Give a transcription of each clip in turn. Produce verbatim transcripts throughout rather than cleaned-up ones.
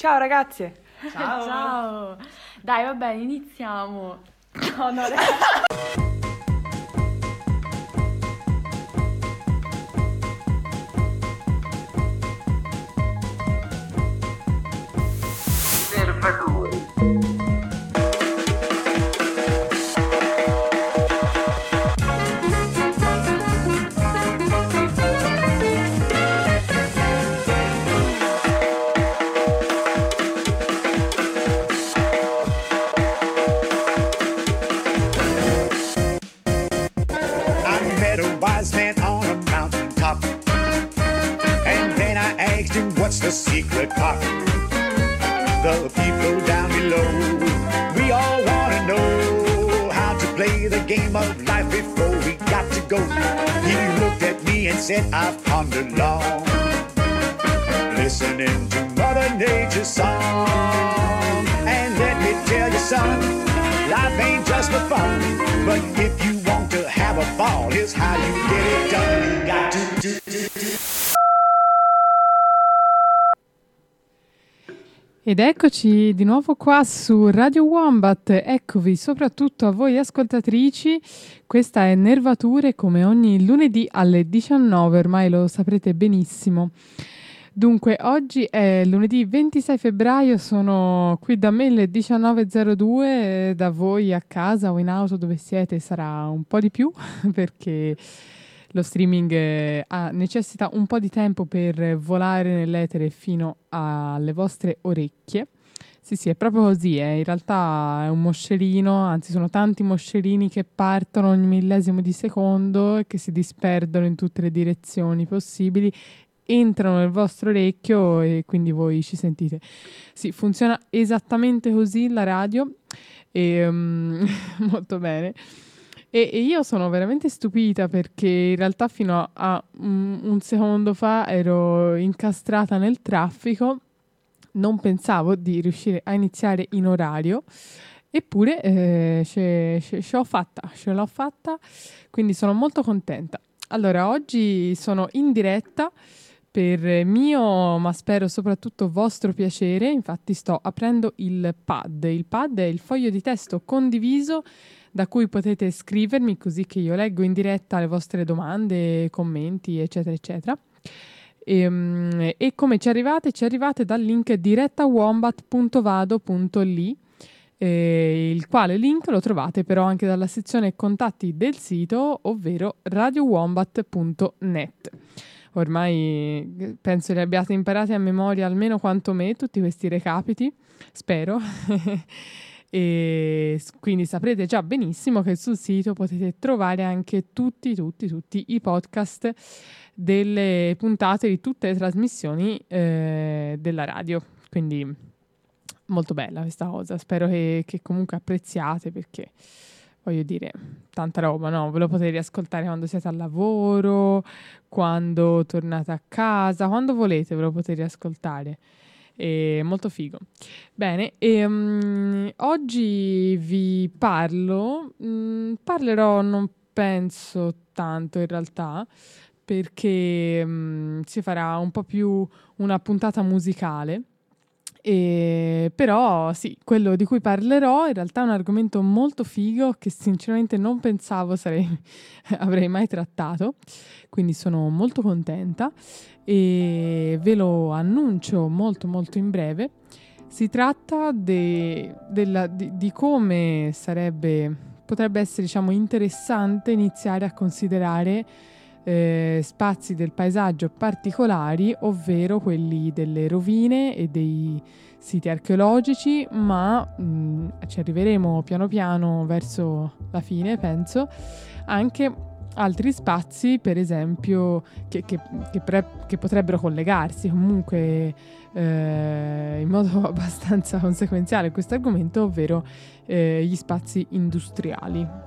Ciao ragazze. Ciao. Ciao. Dai, va bene, iniziamo. No, no, ragazzi. What's the secret part? The people down below, we all want to know how to play the game of life before we got to go. He looked at me and said, I've pondered long, listening to Mother Nature's song. And let me tell you, son, life ain't just for fun, but if you want to have a ball, here's how you get it done. You got to do, do, do. Ed eccoci di nuovo qua su Radio Wombat, eccovi soprattutto a voi ascoltatrici, questa è Nervature come ogni lunedì alle diciannove, ormai lo saprete benissimo. Dunque oggi è lunedì ventisei febbraio, sono qui da me alle diciannove e zero due, da voi a casa o in auto dove siete sarà un po' di più perché lo streaming eh, ha, necessita un po' di tempo per volare nell'etere fino alle vostre orecchie. Sì, sì, è proprio così, eh. In realtà è un moscerino, anzi sono tanti moscerini che partono ogni millesimo di secondo e che si disperdono in tutte le direzioni possibili, entrano nel vostro orecchio e quindi voi ci sentite. Sì, funziona esattamente così la radio, e, um, molto bene. E, e io sono veramente stupita perché in realtà fino a un, un secondo fa ero incastrata nel traffico, non pensavo di riuscire a iniziare in orario, eppure eh, ce, ce, ce l'ho fatta, ce l'ho fatta, quindi sono molto contenta. Allora, oggi sono in diretta per mio, ma spero soprattutto vostro piacere, infatti sto aprendo il pad. Il pad è il foglio di testo condiviso da cui potete scrivermi così che io leggo in diretta le vostre domande, commenti, eccetera, eccetera. E, um, e come ci arrivate? Ci arrivate dal link direttawombat punto vado punto li, eh, il quale link lo trovate però anche dalla sezione contatti del sito, ovvero radiowombat punto net. Ormai penso li abbiate imparati a memoria almeno quanto me, tutti questi recapiti, spero. E quindi saprete già benissimo che sul sito potete trovare anche tutti, tutti, tutti i podcast delle puntate di tutte le trasmissioni eh, della radio. Quindi molto bella questa cosa, spero che, che comunque apprezziate perché voglio dire, tanta roba, no? Ve lo potete riascoltare quando siete al lavoro, quando tornate a casa, quando volete ve lo potete riascoltare. È molto figo. Bene, e, um, oggi vi parlo, um, parlerò non penso tanto in realtà, perché um, si farà un po' più una puntata musicale. E, però sì, quello di cui parlerò in realtà è un argomento molto figo che sinceramente non pensavo sarei, avrei mai trattato, quindi sono molto contenta e ve lo annuncio molto molto in breve. Si tratta de, della, di, di come sarebbe, potrebbe essere diciamo interessante iniziare a considerare Eh, spazi del paesaggio particolari, ovvero quelli delle rovine e dei siti archeologici, ma mh, ci arriveremo piano piano verso la fine, penso, anche altri spazi, per esempio, che, che, che, pre- che potrebbero collegarsi comunque eh, in modo abbastanza conseguenziale a questo argomento, ovvero eh, gli spazi industriali.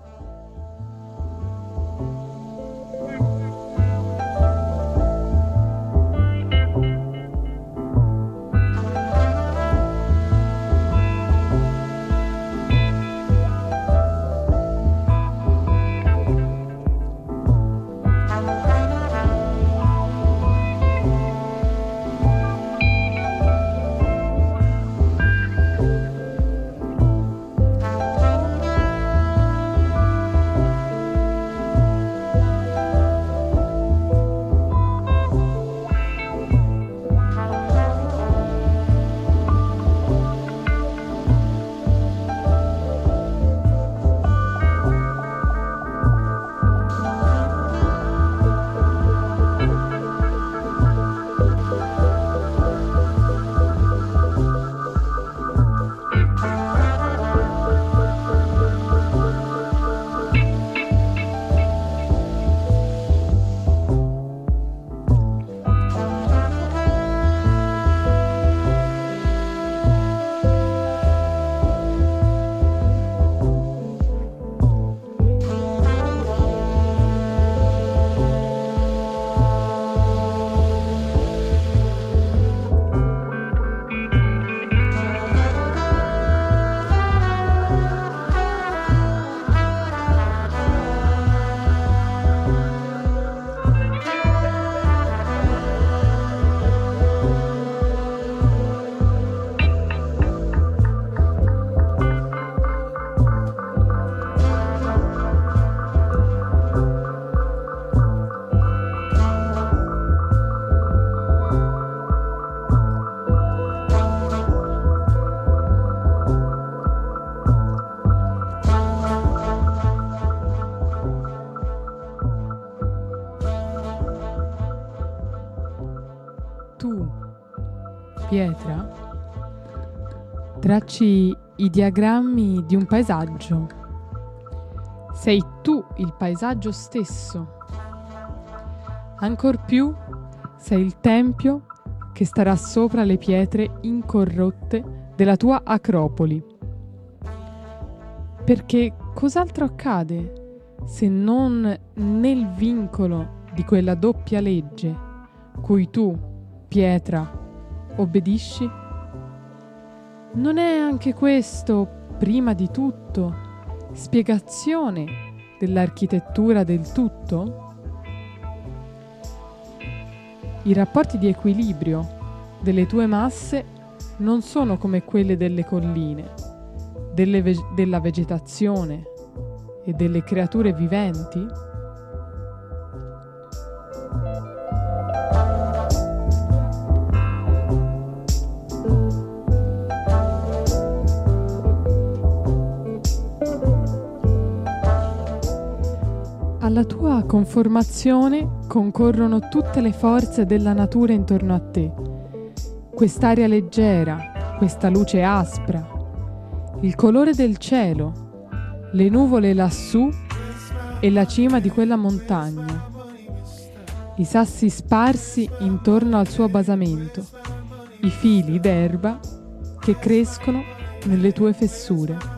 tu, pietra, tracci i diagrammi di un paesaggio. Sei tu il paesaggio stesso. Ancor più sei il tempio che starà sopra le pietre incorrotte della tua acropoli. Perché cos'altro accade se non nel vincolo di quella doppia legge cui tu, pietra, obbedisci? Non è anche questo, prima di tutto, spiegazione dell'architettura del tutto? I rapporti di equilibrio delle tue masse non sono come quelle delle colline, delle ve- della vegetazione e delle creature viventi? Alla tua conformazione concorrono tutte le forze della natura intorno a te. Quest'aria leggera, questa luce aspra, il colore del cielo, le nuvole lassù e la cima di quella montagna, i sassi sparsi intorno al suo basamento, i fili d'erba che crescono nelle tue fessure.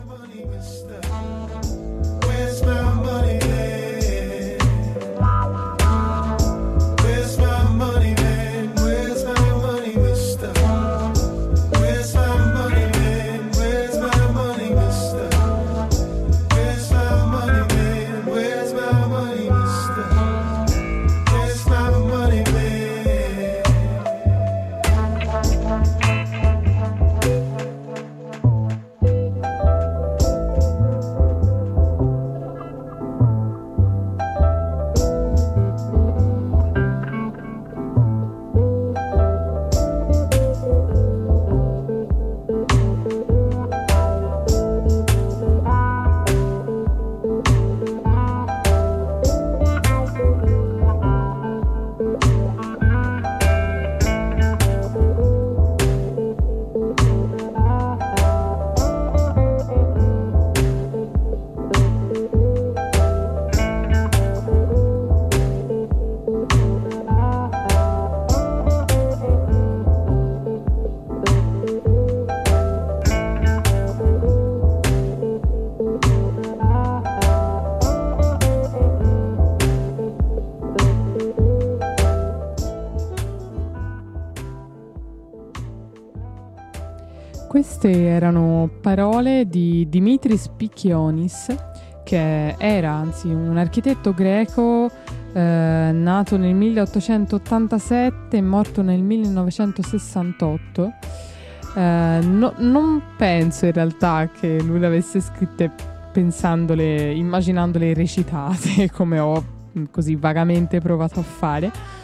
Queste erano parole di Dimitris Pikionis, che era anzi un architetto greco eh, nato nel milleottocentottantasette e morto nel millenovecentosessantotto. Eh, no, non penso in realtà che lui le avesse scritte pensandole, immaginandole recitate, come ho così vagamente provato a fare.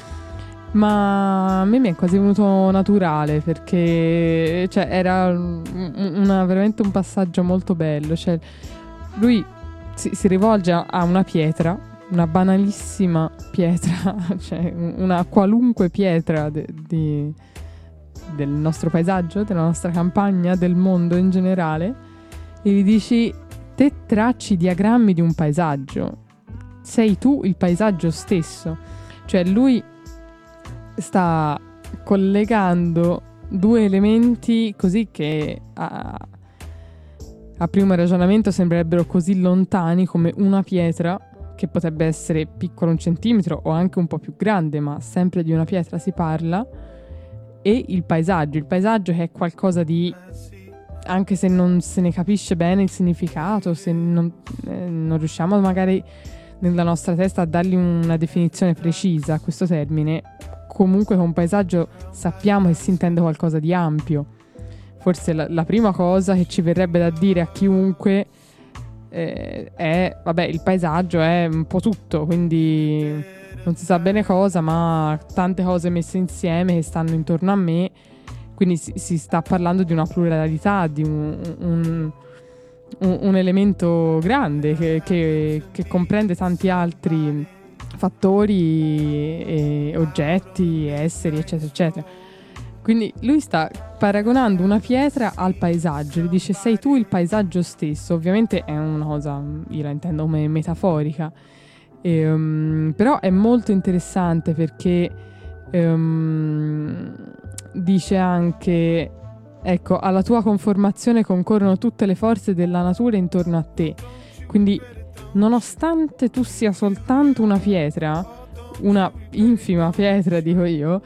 Ma a me mi è quasi venuto naturale, perché cioè, era una, veramente un passaggio molto bello. Cioè, lui si, si rivolge a una pietra, una banalissima pietra, cioè una qualunque pietra de, di, del nostro paesaggio, della nostra campagna, del mondo in generale, e gli dici: te tracci diagrammi di un paesaggio, sei tu il paesaggio stesso. Cioè lui sta collegando due elementi così che a, a primo ragionamento sembrerebbero così lontani, come una pietra che potrebbe essere piccola un centimetro o anche un po' più grande, ma sempre di una pietra si parla, e il paesaggio. Il paesaggio che è qualcosa di, anche se non se ne capisce bene il significato, se non, eh, non riusciamo magari nella nostra testa a dargli una definizione precisa a questo termine, comunque con paesaggio sappiamo che si intende qualcosa di ampio. Forse la, la prima cosa che ci verrebbe da dire a chiunque eh, è, vabbè, il paesaggio è un po' tutto, quindi non si sa bene cosa, ma tante cose messe insieme che stanno intorno a me, quindi si, si sta parlando di una pluralità, di un, un, un, un elemento grande che, che, che comprende tanti altri fattori e oggetti, esseri, eccetera eccetera. Quindi lui sta paragonando una pietra al paesaggio, gli dice sei tu il paesaggio stesso. Ovviamente è una cosa, io la intendo come metaforica, e, um, però è molto interessante perché um, dice anche, ecco, alla tua conformazione concorrono tutte le forze della natura intorno a te. Quindi nonostante tu sia soltanto una pietra, una infima pietra dico io,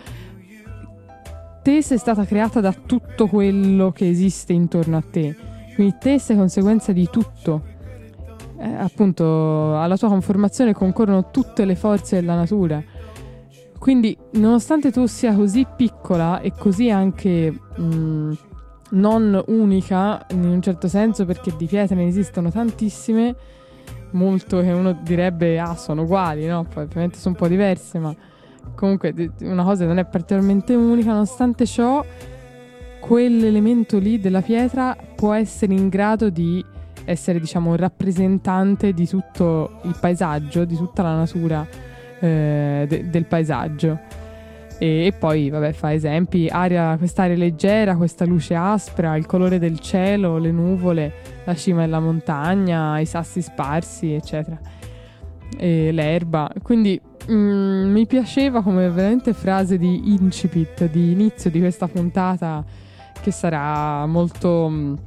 te sei stata creata da tutto quello che esiste intorno a te, quindi te sei conseguenza di tutto. Eh, appunto, alla tua conformazione concorrono tutte le forze della natura. Quindi, nonostante tu sia così piccola e così anche mh, non unica, in un certo senso, perché di pietre ne esistono tantissime, molto che uno direbbe, ah, sono uguali, no? Poi ovviamente sono un po' diverse, ma comunque una cosa non è particolarmente unica. Nonostante ciò, quell'elemento lì della pietra può essere in grado di essere, diciamo, rappresentante di tutto il paesaggio, di tutta la natura eh, de- del paesaggio. E, e poi, vabbè, fa esempi: aria, quest'aria leggera, questa luce aspra, il colore del cielo, le nuvole, la cima della montagna, i sassi sparsi, eccetera, e l'erba. Quindi Mm, mi piaceva come veramente frase di incipit, di inizio di questa puntata, che sarà molto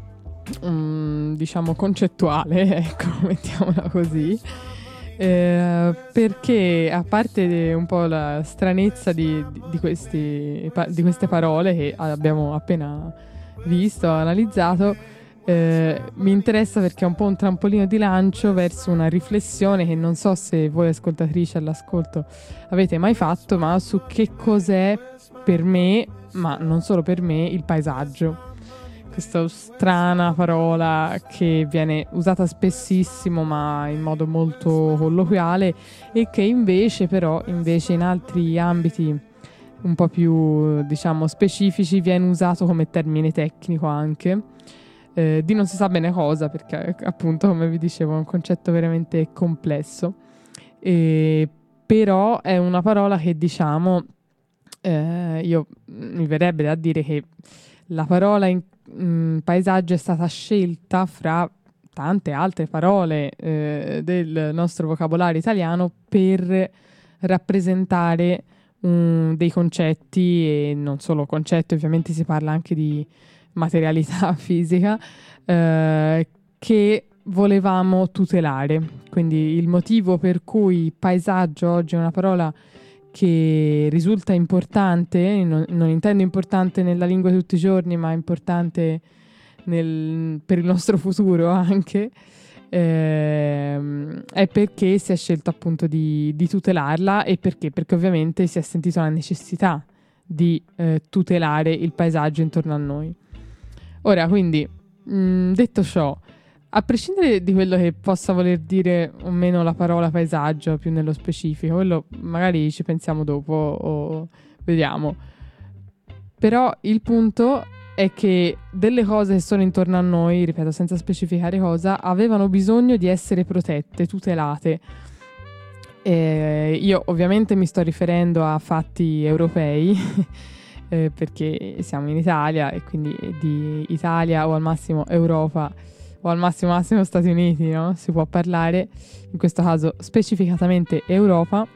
mm, diciamo concettuale, ecco, mettiamola così, eh, perché a parte un po' la stranezza di, di, questi, di queste parole che abbiamo appena visto, analizzato, Eh, mi interessa perché è un po' un trampolino di lancio verso una riflessione che non so se voi ascoltatrici all'ascolto avete mai fatto, ma su che cos'è per me, ma non solo per me, il paesaggio. Questa strana parola che viene usata spessissimo ma in modo molto colloquiale, e che invece però invece in altri ambiti un po' più, diciamo, specifici viene usato come termine tecnico anche. Eh, di non si sa bene cosa, perché appunto, come vi dicevo, è un concetto veramente complesso, e, però è una parola che, diciamo, eh, io mi verrebbe da dire che la parola in, in paesaggio è stata scelta fra tante altre parole eh, del nostro vocabolario italiano per rappresentare um, dei concetti, e non solo concetti, ovviamente si parla anche di materialità fisica, eh, che volevamo tutelare. Quindi il motivo per cui paesaggio oggi è una parola che risulta importante, non, non intendo importante nella lingua di tutti i giorni, ma importante nel, per il nostro futuro anche, ehm, è perché si è scelto appunto di, di tutelarla. E perché? Perché ovviamente si è sentito la necessità di eh, tutelare il paesaggio intorno a noi. Ora, quindi, mh, detto ciò, a prescindere di quello che possa voler dire o meno la parola paesaggio, più nello specifico, quello magari ci pensiamo dopo o vediamo. Però il punto è che delle cose che sono intorno a noi, ripeto, senza specificare cosa, avevano bisogno di essere protette, tutelate. E io ovviamente mi sto riferendo a fatti europei, Eh, perché siamo in Italia, e quindi di Italia o al massimo Europa o al massimo massimo Stati Uniti, no? Si può parlare, in questo caso specificatamente Europa.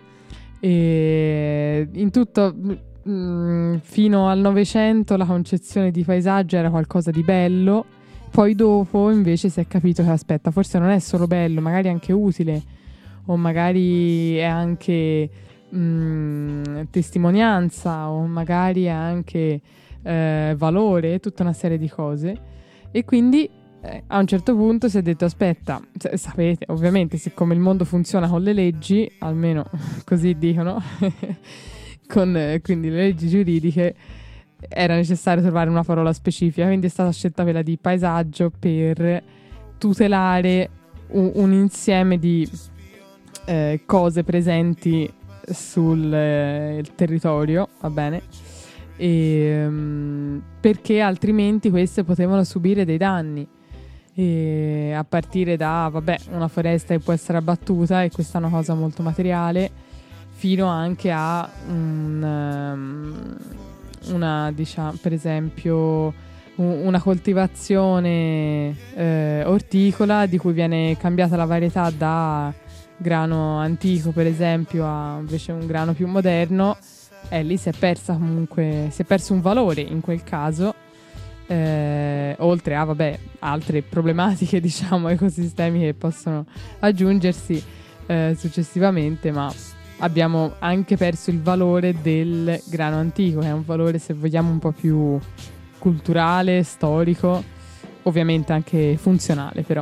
E in tutto mh, fino al Novecento la concezione di paesaggio era qualcosa di bello, poi dopo invece si è capito che aspetta, forse non è solo bello, magari anche utile, o magari è anche Mm, testimonianza, o magari anche eh, valore, tutta una serie di cose. E quindi eh, a un certo punto si è detto aspetta, cioè, sapete ovviamente, siccome il mondo funziona con le leggi, almeno così dicono con eh, quindi le leggi giuridiche, era necessario trovare una parola specifica, quindi è stata scelta quella di paesaggio per tutelare un, un insieme di eh, cose presenti sul eh, territorio, va bene, e, um, perché altrimenti queste potevano subire dei danni, e a partire da, vabbè, una foresta che può essere abbattuta, e questa è una cosa molto materiale, fino anche a un, um, una, diciamo, per esempio, u- una coltivazione eh, orticola di cui viene cambiata la varietà da grano antico, per esempio, a invece un grano più moderno, e lì si è persa comunque, si è perso un valore in quel caso, eh, oltre a, vabbè, altre problematiche, diciamo, ecosistemi che possono aggiungersi eh, successivamente, ma abbiamo anche perso il valore del grano antico, che è un valore, se vogliamo, un po' più culturale, storico, ovviamente anche funzionale, però.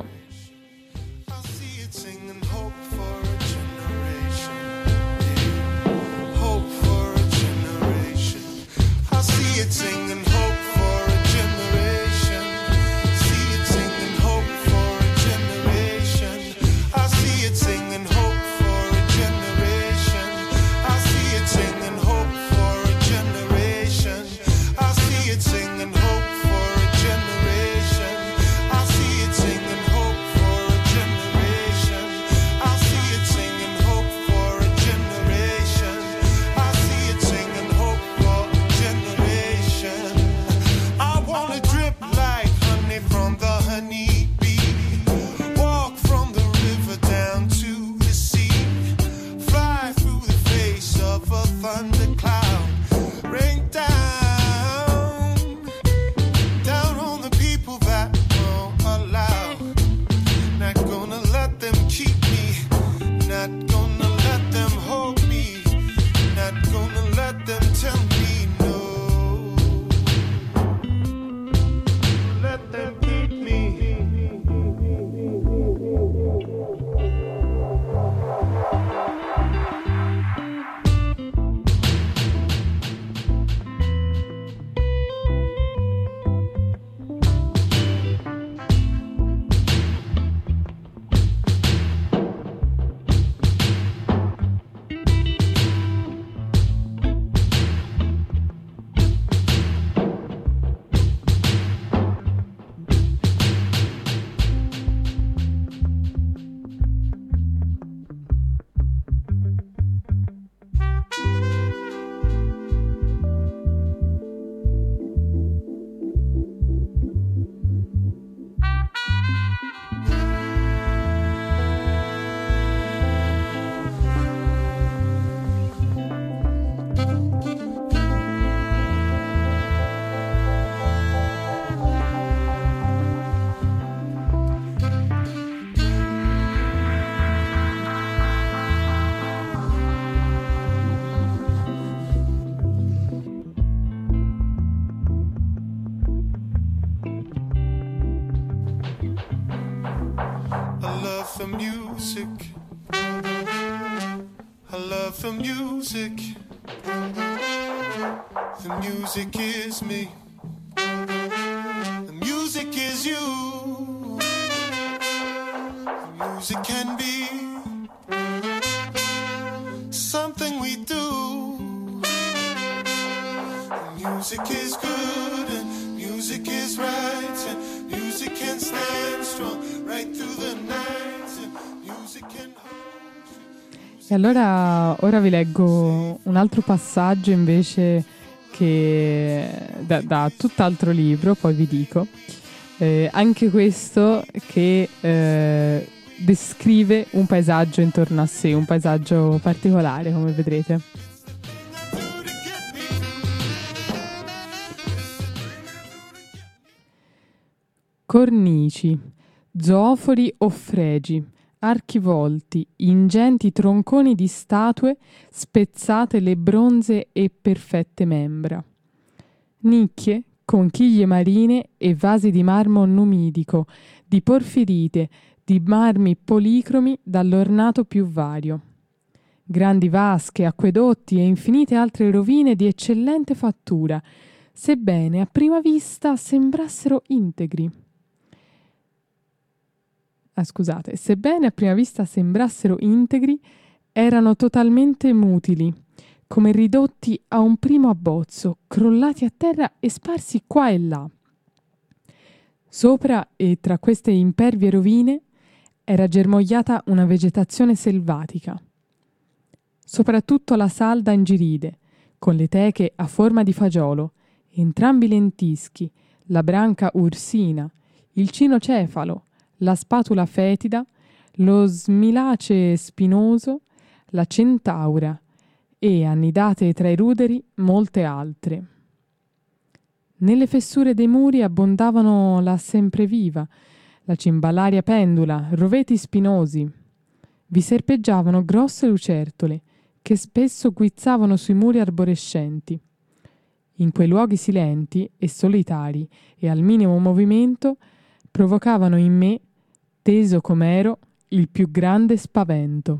for music. I love the music. The music is me. The music is you. The music can be something we do. The music is good and music is right, and music can stand strong right through the night, and music can hold you. E allora ora vi leggo un altro passaggio invece che da, da tutt'altro libro, poi vi dico. Eh, anche questo che eh, descrive un paesaggio intorno a sé, un paesaggio particolare, come vedrete. Cornici, zoofori o fregi, archivolti, ingenti tronconi di statue, spezzate le bronze e perfette membra. Nicchie, conchiglie marine e vasi di marmo numidico, di porfirite, di marmi policromi dall'ornato più vario. Grandi vasche, acquedotti e infinite altre rovine di eccellente fattura, sebbene a prima vista sembrassero integri. Ah, scusate, sebbene a prima vista sembrassero integri, erano totalmente mutili, come ridotti a un primo abbozzo, crollati a terra e sparsi qua e là. Sopra e tra queste impervie rovine era germogliata una vegetazione selvatica. Soprattutto la salda ingiride, con le teche a forma di fagiolo, entrambi lentischi, la branca ursina, il cinocefalo, la spatula fetida, lo smilace spinoso, la centaura e, annidate tra i ruderi, molte altre. Nelle fessure dei muri abbondavano la sempreviva, la cimballaria pendula, roveti spinosi. Vi serpeggiavano grosse lucertole che spesso guizzavano sui muri arborescenti. In quei luoghi silenti e solitari e al minimo movimento provocavano in me, teso com'ero, il più grande spavento.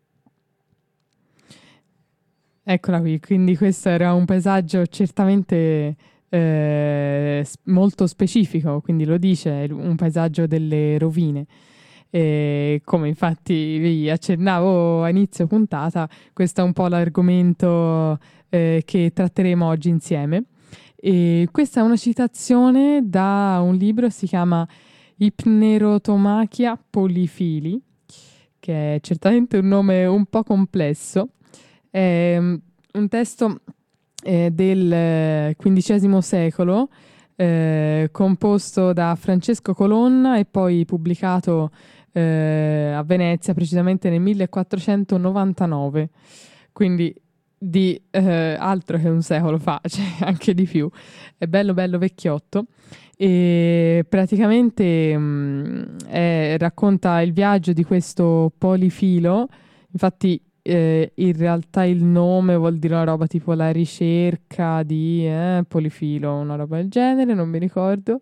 Eccola qui, quindi questo era un paesaggio certamente eh, molto specifico, quindi lo dice, è un paesaggio delle rovine. E come infatti vi accennavo a inizio puntata, questo è un po' l'argomento eh, che tratteremo oggi insieme. E questa è una citazione da un libro, si chiama Ipnerotomachia polifili, che è certamente un nome un po' complesso. È un testo eh, del quindicesimo secolo, eh, composto da Francesco Colonna e poi pubblicato eh, a Venezia precisamente nel millequattrocentonovantanove, quindi di eh, altro che un secolo fa, cioè anche di più. È bello bello vecchiotto e praticamente mh, è, racconta il viaggio di questo polifilo. Infatti Eh, in realtà il nome vuol dire una roba tipo la ricerca di eh, polifilo, una roba del genere, non mi ricordo.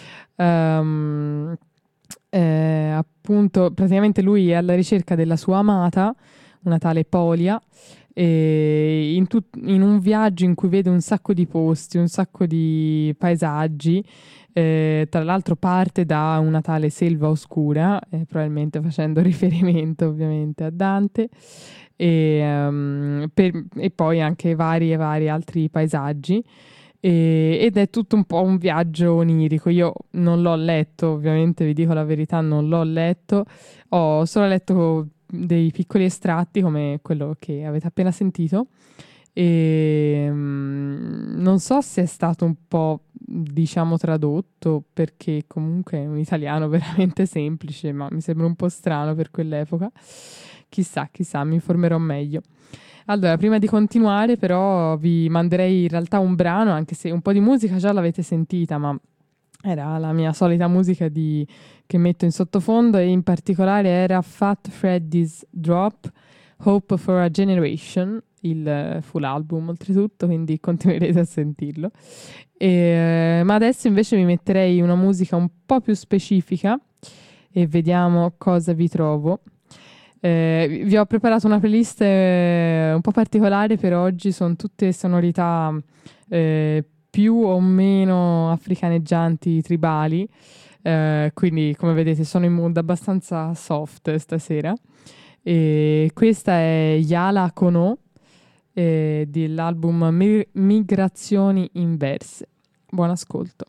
Um, eh, appunto, praticamente lui è alla ricerca della sua amata, una tale Polia, e in, tut- in un viaggio in cui vede un sacco di posti, un sacco di paesaggi. Eh, tra l'altro parte da una tale selva oscura, eh, probabilmente facendo riferimento ovviamente a Dante, e, um, per, e poi anche vari e vari altri paesaggi, e, ed è tutto un po' un viaggio onirico. Io non l'ho letto, ovviamente vi dico la verità, non l'ho letto, ho solo letto dei piccoli estratti come quello che avete appena sentito. E um, non so se è stato un po', diciamo, tradotto, perché comunque è un italiano veramente semplice, ma mi sembra un po' strano per quell'epoca. Chissà, chissà, mi informerò meglio. Allora, prima di continuare però vi manderei in realtà un brano, anche se un po' di musica già l'avete sentita, ma era la mia solita musica di, che metto in sottofondo, e in particolare era Fat Freddy's Drop, Hope for a Generation, il full album oltretutto, quindi continuerete a sentirlo. E, ma adesso invece vi metterei una musica un po' più specifica e vediamo cosa vi trovo. Eh, vi ho preparato una playlist eh, un po' particolare per oggi, sono tutte sonorità eh, più o meno africaneggianti, tribali, eh, quindi come vedete sono in mood abbastanza soft stasera. E questa è Yala Kono eh, dell'album Mi- Migrazioni Inverse. Buon ascolto.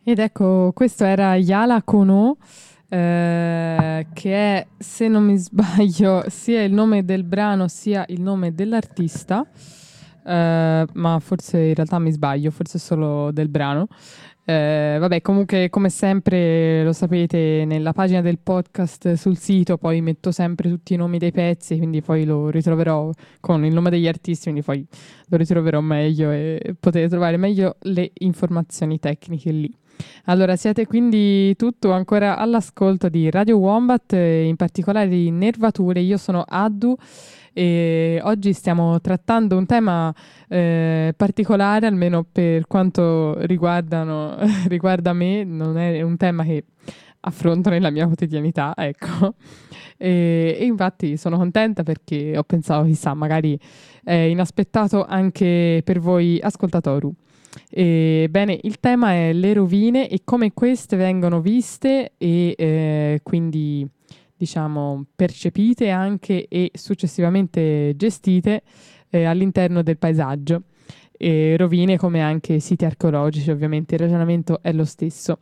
Ed ecco, questo era Yala Kono, eh, che è, se non mi sbaglio, sia il nome del brano sia il nome dell'artista, eh, ma forse in realtà mi sbaglio, forse solo del brano. Eh, vabbè, comunque, come sempre, lo sapete, nella pagina del podcast sul sito poi metto sempre tutti i nomi dei pezzi, quindi poi lo ritroverò con il nome degli artisti, quindi poi lo ritroverò meglio e potete trovare meglio le informazioni tecniche lì. Allora, siete quindi tutto ancora all'ascolto di Radio Wombat, in particolare di Nervature. Io sono Addu e oggi stiamo trattando un tema eh, particolare, almeno per quanto riguardano, riguarda me, non è un tema che affronto nella mia quotidianità, ecco. E, e infatti sono contenta perché ho pensato, chissà, magari è inaspettato anche per voi ascoltatori. E, bene, il tema è le rovine e come queste vengono viste e eh, quindi diciamo percepite anche e successivamente gestite eh, all'interno del paesaggio. E rovine come anche siti archeologici, ovviamente il ragionamento è lo stesso.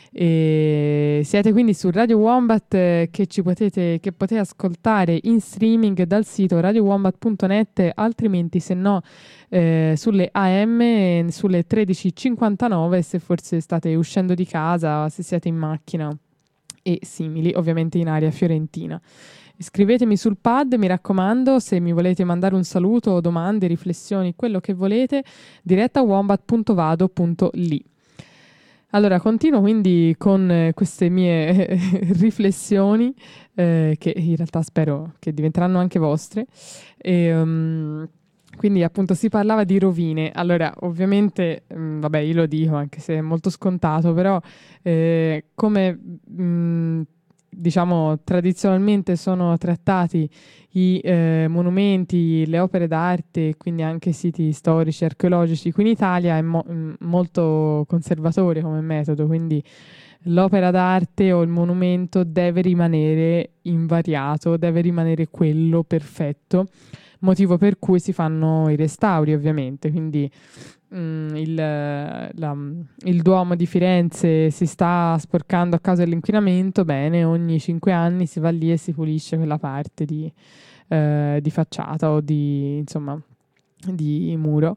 E siete quindi su Radio Wombat eh, che ci potete, che potete ascoltare in streaming dal sito radio wombat punto net, altrimenti se no eh, sulle A M, sulle tredici e cinquantanove, se forse state uscendo di casa, se siete in macchina e simili, ovviamente in area fiorentina. Scrivetemi sul pad, mi raccomando, se mi volete mandare un saluto, domande, riflessioni, quello che volete, diretta wombat punto vado punto li. Allora, continuo quindi con eh, queste mie eh, riflessioni, eh, che in realtà spero che diventeranno anche vostre. E, um, quindi appunto si parlava di rovine. Allora, ovviamente, mh, vabbè, io lo dico anche se è molto scontato, però eh, come mh, diciamo tradizionalmente sono trattati i eh, monumenti, le opere d'arte, quindi anche siti storici, archeologici, qui in Italia è mo- mh, molto conservatore come metodo, quindi l'opera d'arte o il monumento deve rimanere invariato, deve rimanere quello perfetto, motivo per cui si fanno i restauri ovviamente, quindi mm, il, la, il Duomo di Firenze si sta sporcando a causa dell'inquinamento, bene, ogni cinque anni si va lì e si pulisce quella parte di, eh, di facciata o di, insomma, di muro,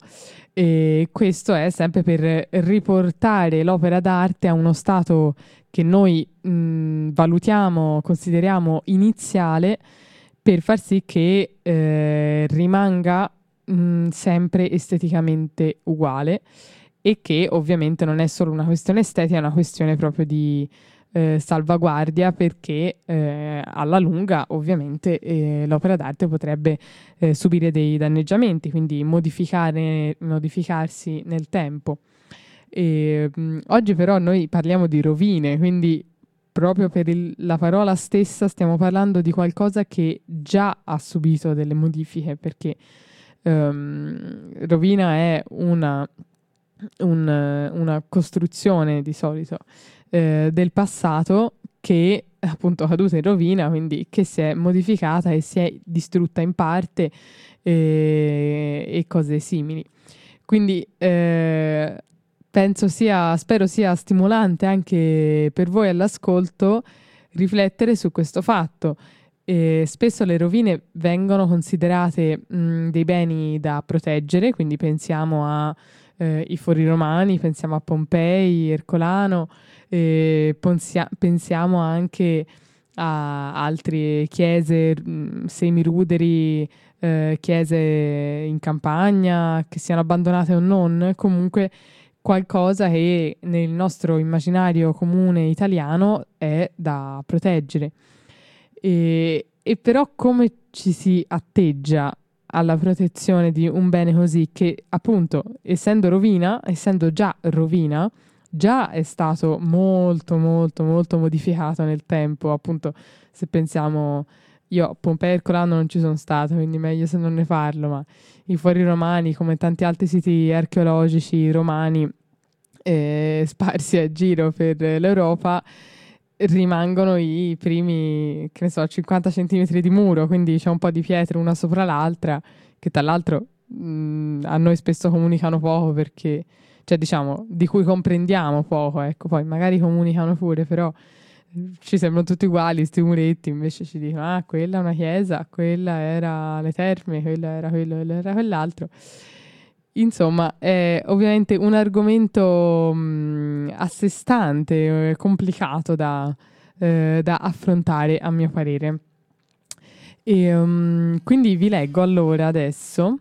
e questo è sempre per riportare l'opera d'arte a uno stato che noi mh, valutiamo, consideriamo iniziale, per far sì che eh, rimanga mh, sempre esteticamente uguale, e che ovviamente non è solo una questione estetica, è una questione proprio di eh, salvaguardia, perché eh, alla lunga ovviamente eh, l'opera d'arte potrebbe eh, subire dei danneggiamenti, quindi modificare, modificarsi nel tempo. E, mh, oggi però noi parliamo di rovine, quindi proprio per il, la parola stessa stiamo parlando di qualcosa che già ha subito delle modifiche, perché um, rovina è una, un, una costruzione di solito eh, del passato che appunto è caduta in rovina, quindi che si è modificata e si è distrutta in parte eh, e cose simili. Quindi eh, penso sia, spero sia stimolante anche per voi all'ascolto riflettere su questo fatto. E spesso le rovine vengono considerate mh, dei beni da proteggere, quindi pensiamo a eh, i fori romani, pensiamo a Pompei, Ercolano, eh, ponsia- pensiamo anche a altre chiese mh, semiruderi, eh, chiese in campagna, che siano abbandonate o non, comunque qualcosa che nel nostro immaginario comune italiano è da proteggere. E, e però come ci si atteggia alla protezione di un bene così che, appunto, essendo rovina, essendo già rovina, già è stato molto, molto, molto modificato nel tempo. Appunto, se pensiamo, io a Pompei e Ercolano non ci sono stata, quindi meglio se non ne parlo, ma i fori romani, come tanti altri siti archeologici romani eh, sparsi a giro per l'Europa, rimangono i primi, che ne so, cinquanta centimetri di muro, quindi c'è un po' di pietre una sopra l'altra, che tra l'altro mh, a noi spesso comunicano poco, perché cioè diciamo di cui comprendiamo poco, ecco, poi magari comunicano pure, però ci sembrano tutti uguali sti muretti, invece ci dicono ah quella è una chiesa, quella era le terme, quella era quello, quella era quell'altro. Insomma, è ovviamente un argomento mh, a sé stante, eh, complicato da, eh, da affrontare a mio parere. E, um, quindi vi leggo allora adesso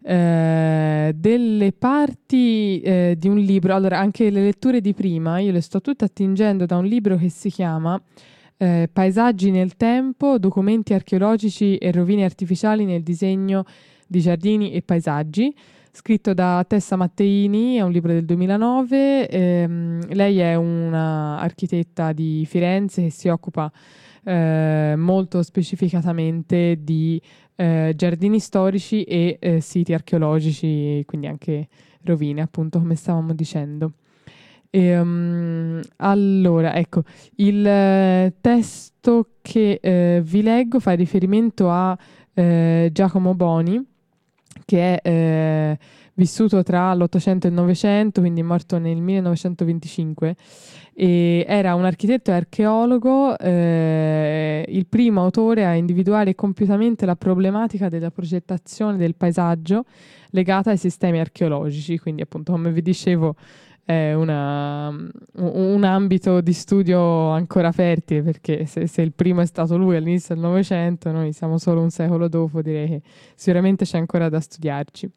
eh, delle parti eh, di un libro. Allora, anche le letture di prima io le sto tutte attingendo da un libro che si chiama eh, Paesaggi nel tempo, documenti archeologici e rovine artificiali nel disegno di giardini e paesaggi, scritto da Tessa Matteini, è un libro del duemilanove. Ehm, lei è una architetta di Firenze che si occupa eh, molto specificatamente di eh, giardini storici e eh, siti archeologici, quindi anche rovine, appunto, come stavamo dicendo. E, um, allora, ecco, il eh, testo che eh, vi leggo fa riferimento a eh, Giacomo Boni, che è eh, vissuto tra l'Ottocento e il Novecento, quindi è morto nel millenovecentoventicinque, e era un architetto e archeologo, eh, il primo autore a individuare compiutamente la problematica della progettazione del paesaggio legata ai sistemi archeologici, quindi appunto, come vi dicevo, è una, un, un ambito di studio ancora fertile, perché se, se il primo è stato lui all'inizio del Novecento, noi siamo solo un secolo dopo, direi che sicuramente c'è ancora da studiarci.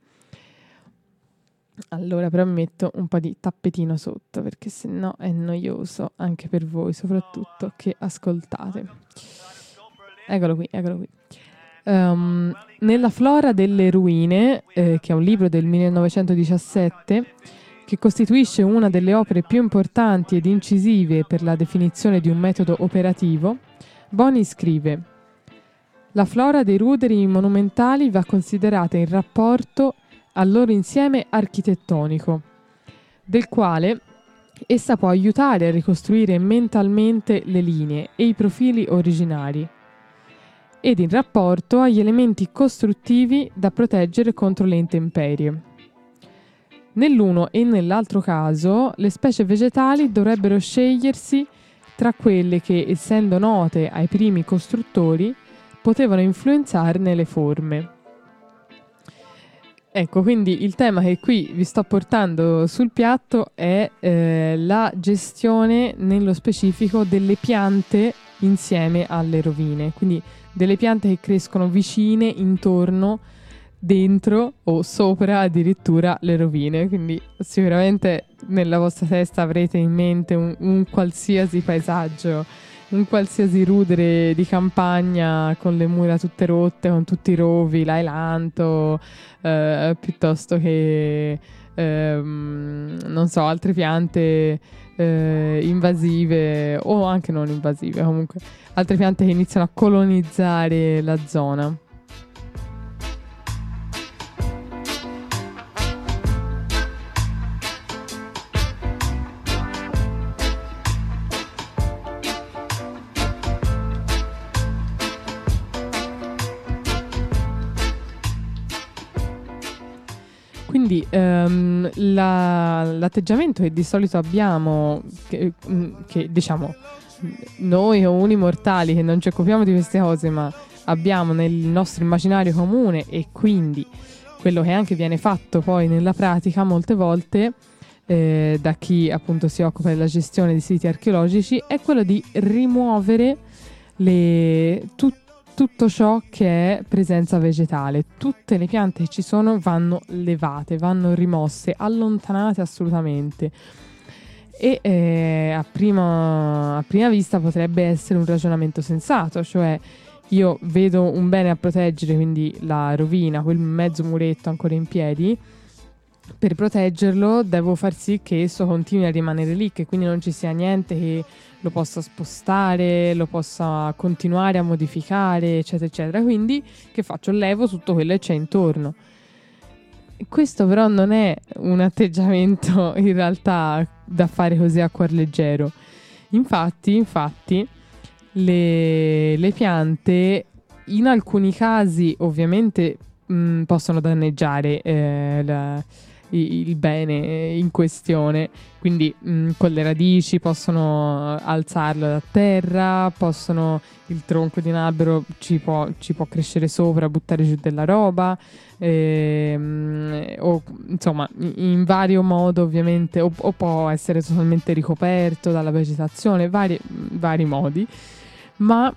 Allora, però mi metto un po' di tappetino sotto, perché sennò è noioso anche per voi, soprattutto che ascoltate. Eccolo qui, eccolo qui. Um, nella Flora delle ruine, eh, che è un libro del millenovecentodiciassette, che costituisce una delle opere più importanti ed incisive per la definizione di un metodo operativo, Boni scrive: la flora dei ruderi monumentali va considerata in rapporto al loro insieme architettonico, del quale essa può aiutare a ricostruire mentalmente le linee e i profili originari, ed in rapporto agli elementi costruttivi da proteggere contro le intemperie. Nell'uno e nell'altro caso, le specie vegetali dovrebbero scegliersi tra quelle che, essendo note ai primi costruttori, potevano influenzarne le forme. Ecco, quindi il tema che qui vi sto portando sul piatto è eh, la gestione nello specifico delle piante insieme alle rovine, quindi delle piante che crescono vicine, intorno, dentro o sopra addirittura le rovine. Quindi sicuramente nella vostra testa avrete in mente un, un qualsiasi paesaggio, un qualsiasi rudere di campagna con le mura tutte rotte, con tutti i rovi, l'ailanto, eh, piuttosto che ehm, non so, altre piante eh, invasive o anche non invasive, comunque altre piante che iniziano a colonizzare la zona. Quindi ehm, la, l'atteggiamento che di solito abbiamo, che, che diciamo noi comuni mortali che non ci occupiamo di queste cose, ma abbiamo nel nostro immaginario comune, e quindi quello che anche viene fatto poi nella pratica molte volte eh, da chi appunto si occupa della gestione di siti archeologici, è quello di rimuovere le, tut, tutto ciò che è presenza vegetale. Tutte le piante che ci sono vanno levate, vanno rimosse, allontanate assolutamente. E eh, a, prima, a prima vista potrebbe essere un ragionamento sensato, cioè io vedo un bene a proteggere, quindi la rovina, quel mezzo muretto ancora in piedi. Per proteggerlo devo far sì che esso continui a rimanere lì, che quindi non ci sia niente che lo possa spostare, lo possa continuare a modificare, eccetera, eccetera. Quindi che faccio? Levo tutto quello che c'è intorno. Questo però non è un atteggiamento in realtà da fare così a cuor leggero. Infatti, infatti le, le piante in alcuni casi ovviamente mh, possono danneggiare eh, la, i- il bene in questione. Quindi mh, con le radici possono alzarlo da terra, possono il tronco di un albero ci può, ci può crescere sopra, buttare giù della roba, ehm, o insomma in, in vario modo ovviamente, o, o può essere totalmente ricoperto dalla vegetazione, vari, vari modi, ma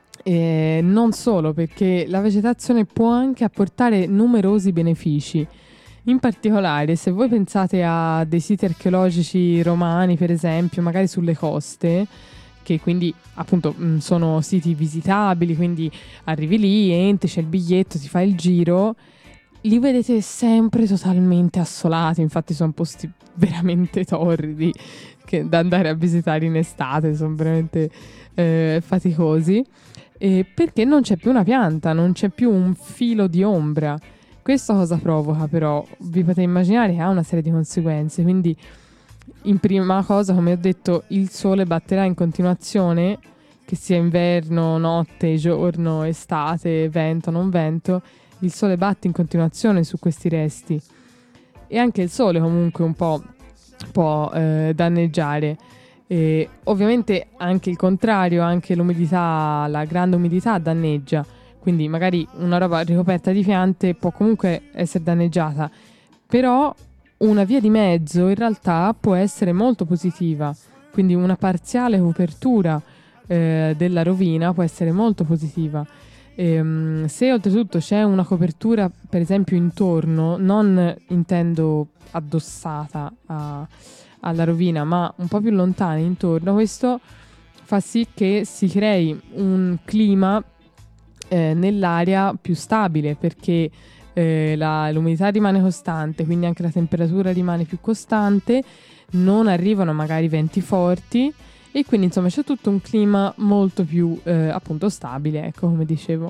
eh, non solo, perché la vegetazione può anche apportare numerosi benefici. In particolare, se voi pensate a dei siti archeologici romani, per esempio, magari sulle coste, che quindi appunto mh, sono siti visitabili, quindi arrivi lì, entri, c'è il biglietto, ti fai il giro, li vedete sempre totalmente assolati, infatti sono posti veramente torridi che da andare a visitare in estate, sono veramente eh, faticosi, eh, perché non c'è più una pianta, non c'è più un filo di ombra. Questo cosa provoca però? Vi potete immaginare che ha una serie di conseguenze, quindi in prima cosa, come ho detto, il sole batterà in continuazione, che sia inverno, notte, giorno, estate, vento, non vento, il sole batte in continuazione su questi resti e anche il sole comunque un po' può eh, danneggiare. E ovviamente anche il contrario, anche l'umidità, la grande umidità danneggia. Quindi magari una roba ricoperta di piante può comunque essere danneggiata, però una via di mezzo in realtà può essere molto positiva, quindi una parziale copertura eh, della rovina può essere molto positiva. Ehm, se oltretutto c'è una copertura per esempio intorno, non intendo addossata a, alla rovina, ma un po' più lontana intorno, questo fa sì che si crei un clima Eh, nell'aria più stabile, perché eh, la, l'umidità rimane costante, quindi anche la temperatura rimane più costante, non arrivano magari venti forti e quindi insomma c'è tutto un clima molto più eh, appunto stabile, ecco, come dicevo.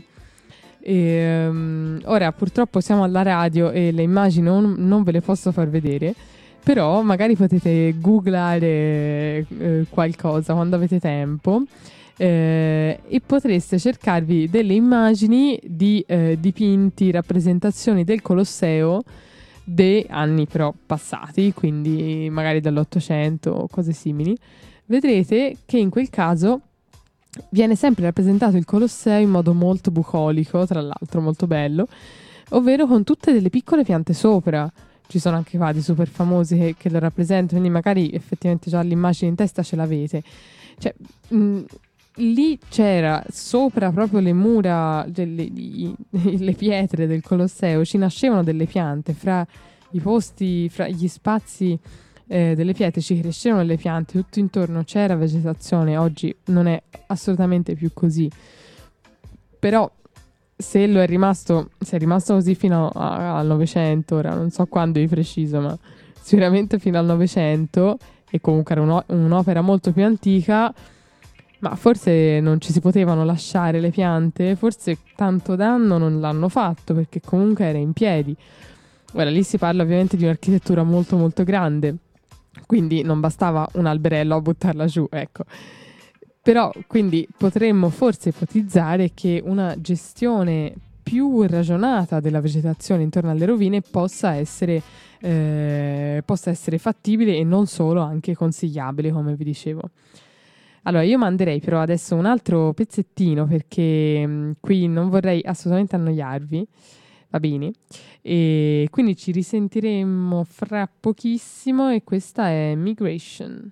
E, um, ora purtroppo siamo alla radio e le immagini non, non ve le posso far vedere, però magari potete googlare eh, qualcosa quando avete tempo. Eh, e potreste cercarvi delle immagini di eh, dipinti, rappresentazioni del Colosseo dei anni però passati, quindi magari dall'Ottocento o cose simili. Vedrete che in quel caso viene sempre rappresentato il Colosseo in modo molto bucolico, tra l'altro molto bello, ovvero con tutte delle piccole piante sopra. Ci sono anche quadri super famosi che, che lo rappresentano, quindi magari effettivamente già l'immagine in testa ce l'avete. Cioè, mh, lì c'era sopra proprio le mura, delle, i, le pietre del Colosseo, ci nascevano delle piante, fra i posti, fra gli spazi eh, delle pietre ci crescevano le piante, tutto intorno c'era vegetazione. Oggi non è assolutamente più così, però se lo è rimasto, se è rimasto così fino a, al Novecento, ora non so quando di preciso, ma sicuramente fino al Novecento, e comunque era un'o- un'opera molto più antica. Ma forse non ci si potevano lasciare le piante, forse tanto danno non l'hanno fatto perché comunque era in piedi. Ora lì si parla ovviamente di un'architettura molto molto grande, quindi non bastava un alberello a buttarla giù, ecco. Però quindi potremmo forse ipotizzare che una gestione più ragionata della vegetazione intorno alle rovine possa essere, eh, possa essere fattibile e non solo, anche consigliabile, come vi dicevo. Allora, io manderei però adesso un altro pezzettino perché mh, qui non vorrei assolutamente annoiarvi, va bene? E quindi ci risentiremo fra pochissimo e questa è Migration.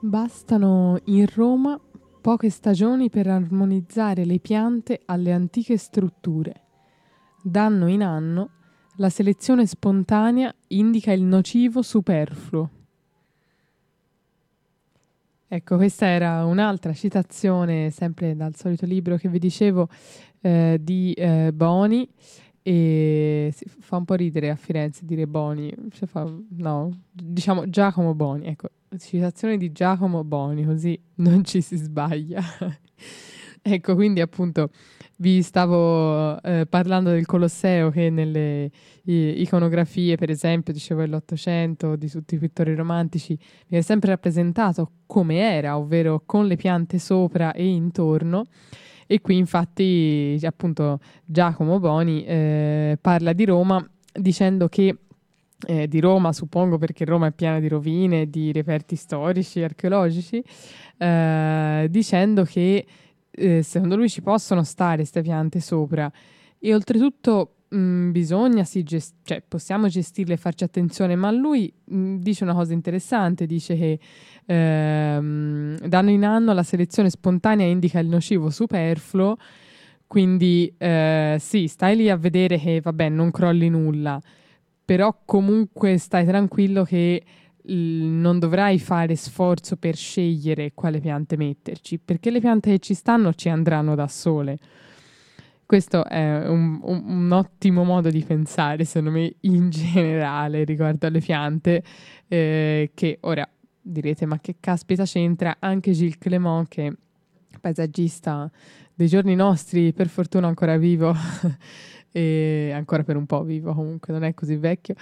Bastano in Roma poche stagioni per armonizzare le piante alle antiche strutture. D'anno in anno la selezione spontanea indica il nocivo superfluo. Ecco, questa era un'altra citazione, sempre dal solito libro che vi dicevo, eh, di eh, Boni, e si fa un po' ridere a Firenze dire Boni, cioè fa, no, diciamo Giacomo Boni, ecco, citazione di Giacomo Boni, così non ci si sbaglia. Ecco, quindi appunto vi stavo eh, parlando del Colosseo che nelle i, iconografie, per esempio, dicevo dell'Ottocento, di tutti i pittori romantici, viene sempre rappresentato come era, ovvero con le piante sopra e intorno. E qui infatti appunto Giacomo Boni eh, parla di Roma dicendo che eh, di Roma, suppongo perché Roma è piena di rovine, di reperti storici, archeologici, eh, dicendo che eh, secondo lui ci possono stare queste piante sopra e oltretutto mh, bisogna, sì, gest- cioè possiamo gestirle e farci attenzione, ma lui mh, dice una cosa interessante, dice che ehm, d'anno in anno la selezione spontanea indica il nocivo superfluo, quindi eh, sì, stai lì a vedere che vabbè non crolli nulla, però comunque stai tranquillo che non dovrai fare sforzo per scegliere quale piante metterci, perché le piante che ci stanno ci andranno da sole. Questo è un, un, un ottimo modo di pensare, secondo me, in generale riguardo alle piante, eh, che ora direte, ma che caspita c'entra? Anche Gilles Clément, che è paesaggista dei giorni nostri, per fortuna ancora vivo, e ancora per un po' vivo, comunque non è così vecchio,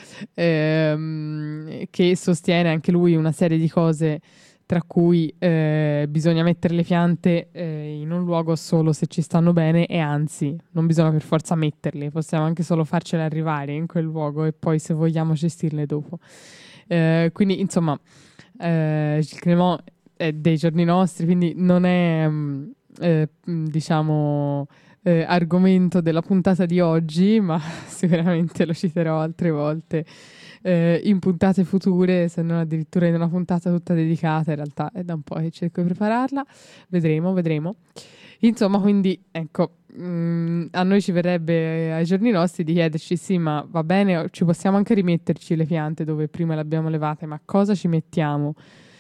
ehm, che sostiene anche lui una serie di cose, tra cui eh, bisogna mettere le piante eh, in un luogo solo se ci stanno bene, e anzi non bisogna per forza metterle, possiamo anche solo farcele arrivare in quel luogo e poi se vogliamo gestirle dopo. Eh, quindi insomma eh, Gilles Clément è dei giorni nostri, quindi non è mh, eh, diciamo Eh, argomento della puntata di oggi, ma sicuramente lo citerò altre volte eh, in puntate future, se non addirittura in una puntata tutta dedicata. In realtà è da un po' che cerco di prepararla, vedremo, vedremo. Insomma, quindi ecco, mh, a noi ci verrebbe eh, ai giorni nostri di chiederci sì, ma va bene, ci possiamo anche rimetterci le piante dove prima le abbiamo levate, ma cosa ci mettiamo?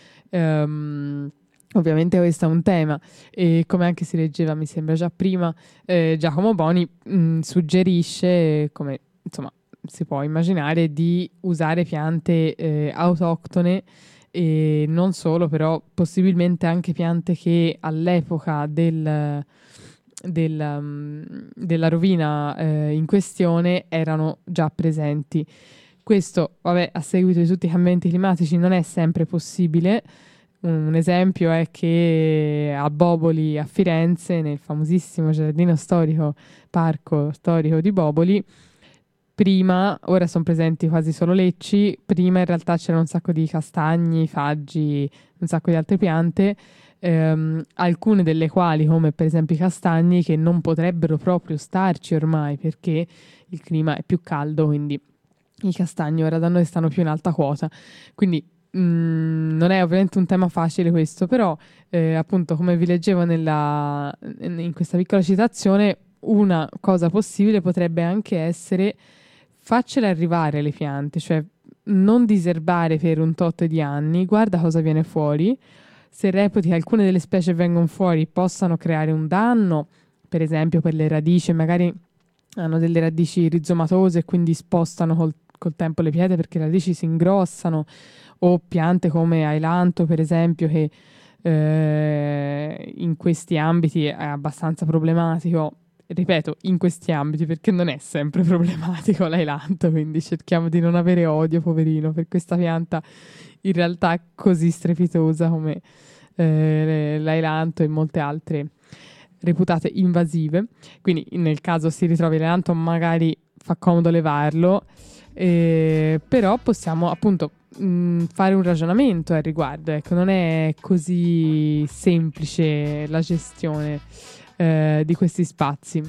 Ehm Ovviamente questo è un tema, e come anche si leggeva, mi sembra già prima, eh, Giacomo Boni mh, suggerisce, come insomma si può immaginare, di usare piante eh, autoctone, e non solo, però possibilmente anche piante che all'epoca del, del, um, della rovina eh, in questione erano già presenti. Questo, vabbè, a seguito di tutti i cambiamenti climatici non è sempre possibile. Un esempio è che a Boboli, a Firenze, nel famosissimo giardino storico, parco storico di Boboli, prima, ora sono presenti quasi solo lecci, prima in realtà c'era un sacco di castagni, faggi, un sacco di altre piante, ehm, alcune delle quali, come per esempio i castagni, che non potrebbero proprio starci ormai perché il clima è più caldo, quindi i castagni ora da noi stanno più in alta quota. Quindi Mm, non è ovviamente un tema facile questo, però eh, appunto, come vi leggevo nella, in questa piccola citazione, una cosa possibile potrebbe anche essere faccele arrivare le piante, cioè non diserbare per un tot di anni, guarda cosa viene fuori. Se reputi che alcune delle specie vengono fuori possano creare un danno, per esempio per le radici, magari hanno delle radici rizomatose e quindi spostano col, col tempo le pietre perché le radici si ingrossano, o piante come ailanto, per esempio, che eh, in questi ambiti è abbastanza problematico. Ripeto, in questi ambiti, perché non è sempre problematico l'ailanto, quindi cerchiamo di non avere odio, poverino, per questa pianta in realtà così strepitosa come eh, l'ailanto e molte altre reputate invasive. Quindi nel caso si ritrovi l'ailanto magari fa comodo levarlo, eh, però possiamo appunto mh, fare un ragionamento al riguardo. Ecco, non è così semplice la gestione eh, di questi spazi.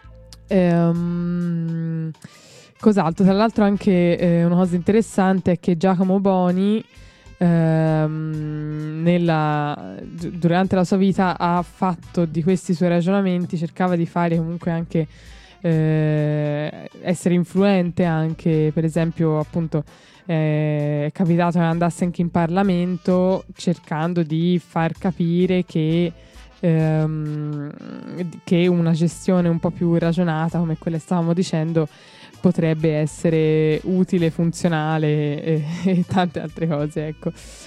Ehm, cos'altro? Tra l'altro anche eh, una cosa interessante è che Giacomo Boni ehm, nella, durante la sua vita ha fatto di questi suoi ragionamenti, cercava di fare comunque anche eh, essere influente anche, per esempio appunto eh, è capitato che andasse anche in Parlamento cercando di far capire che ehm, che una gestione un po' più ragionata come quella che stavamo dicendo potrebbe essere utile, funzionale e, e tante altre cose, ecco.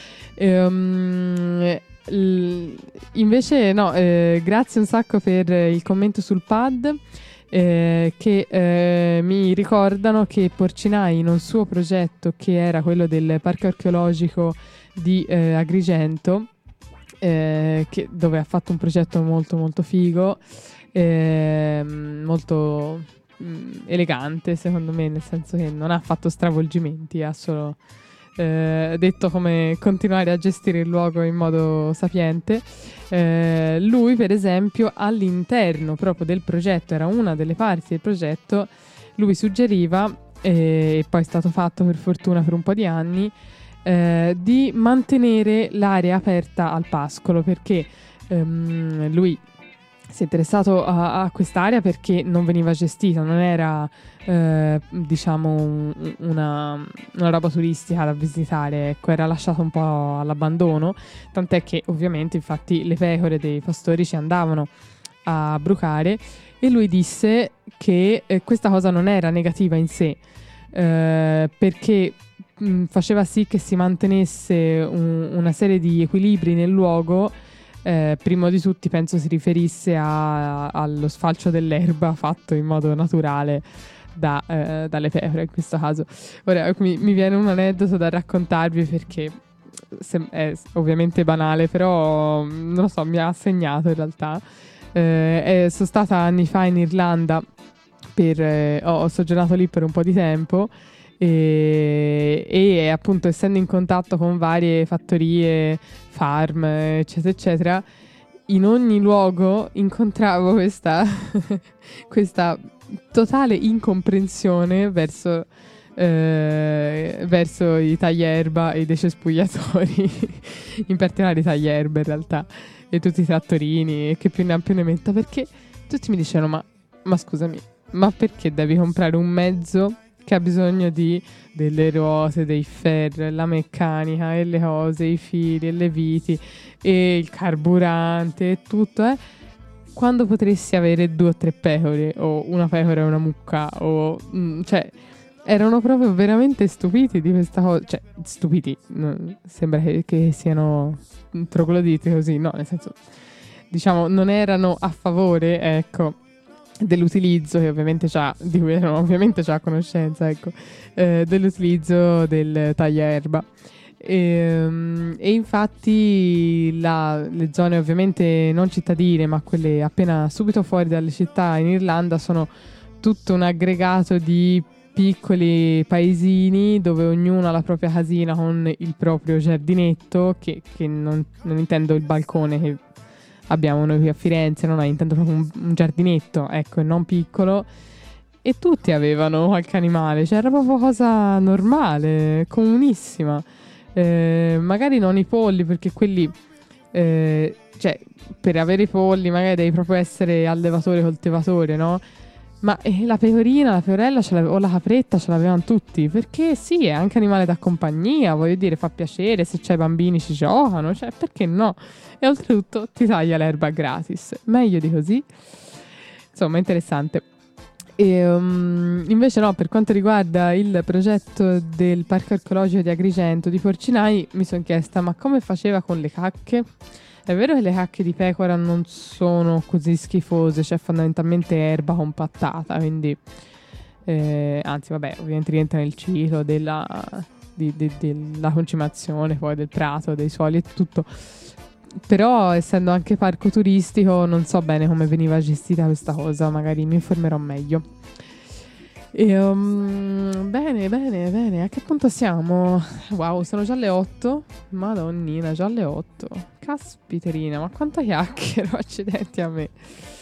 Ehm, l- invece no, eh, grazie un sacco per il commento sul pad, eh, che eh, mi ricordano che Porcinai in un suo progetto che era quello del parco archeologico di eh, Agrigento, eh, che, dove ha fatto un progetto molto molto figo, eh, molto mh, elegante secondo me, nel senso che non ha fatto stravolgimenti, ha solo eh, detto come continuare a gestire il luogo in modo sapiente. Eh, lui per esempio all'interno proprio del progetto, era una delle parti del progetto, lui suggeriva, e poi è stato fatto per fortuna per un po' di anni, eh, di mantenere l'area aperta al pascolo, perché ehm, lui si è interessato a, a quest'area perché non veniva gestita, non era eh, diciamo un, una, una roba turistica da visitare, ecco, era lasciata un po' all'abbandono, tant'è che ovviamente infatti le pecore dei pastori ci andavano a brucare, e lui disse che eh, questa cosa non era negativa in sé, eh, perché mh, faceva sì che si mantenesse un, una serie di equilibri nel luogo. Eh, primo di tutti penso si riferisse a, allo sfalcio dell'erba fatto in modo naturale da, eh, dalle pecore in questo caso. Ora mi, mi viene un aneddoto da raccontarvi perché se, è ovviamente banale, però non lo so, mi ha segnato in realtà. Eh, eh, sono stata anni fa in Irlanda, per, eh, ho, ho soggiornato lì per un po' di tempo e, e appunto essendo in contatto con varie fattorie, farm, eccetera eccetera, in ogni luogo incontravo questa questa totale incomprensione verso eh, verso i taglierba e i decespugliatori in particolare i taglierba in realtà, e tutti i trattorini e che più ne ha più ne metta, perché tutti mi dicevano ma, ma scusami, ma perché devi comprare un mezzo che ha bisogno di delle ruote, dei ferri, la meccanica e le cose, i fili e le viti e il carburante e tutto, eh? Quando potresti avere due o tre pecore o una pecora e una mucca o mh, cioè erano proprio veramente stupiti di questa cosa, cioè stupiti, no, sembra che, che siano trogloditi così, no, nel senso diciamo non erano a favore, ecco, dell'utilizzo che ovviamente c'ha, di cui erano ovviamente c'ha conoscenza, ecco, eh, dell'utilizzo del tagliaerba. E, e infatti la, le zone ovviamente non cittadine, ma quelle appena subito fuori dalle città in Irlanda, sono tutto un aggregato di piccoli paesini dove ognuno ha la propria casina con il proprio giardinetto, che, che non, non intendo il balcone che abbiamo noi qui a Firenze, non è, intendo proprio un, un giardinetto, ecco, e non piccolo, e tutti avevano qualche animale, cioè era proprio cosa normale, comunissima. Eh, magari non i polli, perché quelli eh, cioè per avere i polli magari devi proprio essere allevatore coltivatore, no? Ma eh, la pecorina, la pecorella ce o la capretta ce l'avevano tutti, perché sì, è anche animale da compagnia, voglio dire, fa piacere, se c'hai bambini ci giocano, cioè perché no? E oltretutto ti taglia l'erba gratis, meglio di così. Insomma, interessante. E, um, invece no, per quanto riguarda il progetto del parco archeologico di Agrigento di Porcinai, mi sono chiesta ma come faceva con le cacche? È vero che le cacche di pecora non sono così schifose, cioè fondamentalmente erba compattata, quindi eh, anzi vabbè, ovviamente rientra nel ciclo della, di, di, della concimazione poi del prato, dei suoli e tutto. Però essendo anche parco turistico non so bene come veniva gestita questa cosa, magari mi informerò meglio. E, um, bene, bene, bene, a che punto siamo? Wow, sono già le otto, madonnina, già le otto, caspiterina, ma quanta chiacchiero, accidenti a me.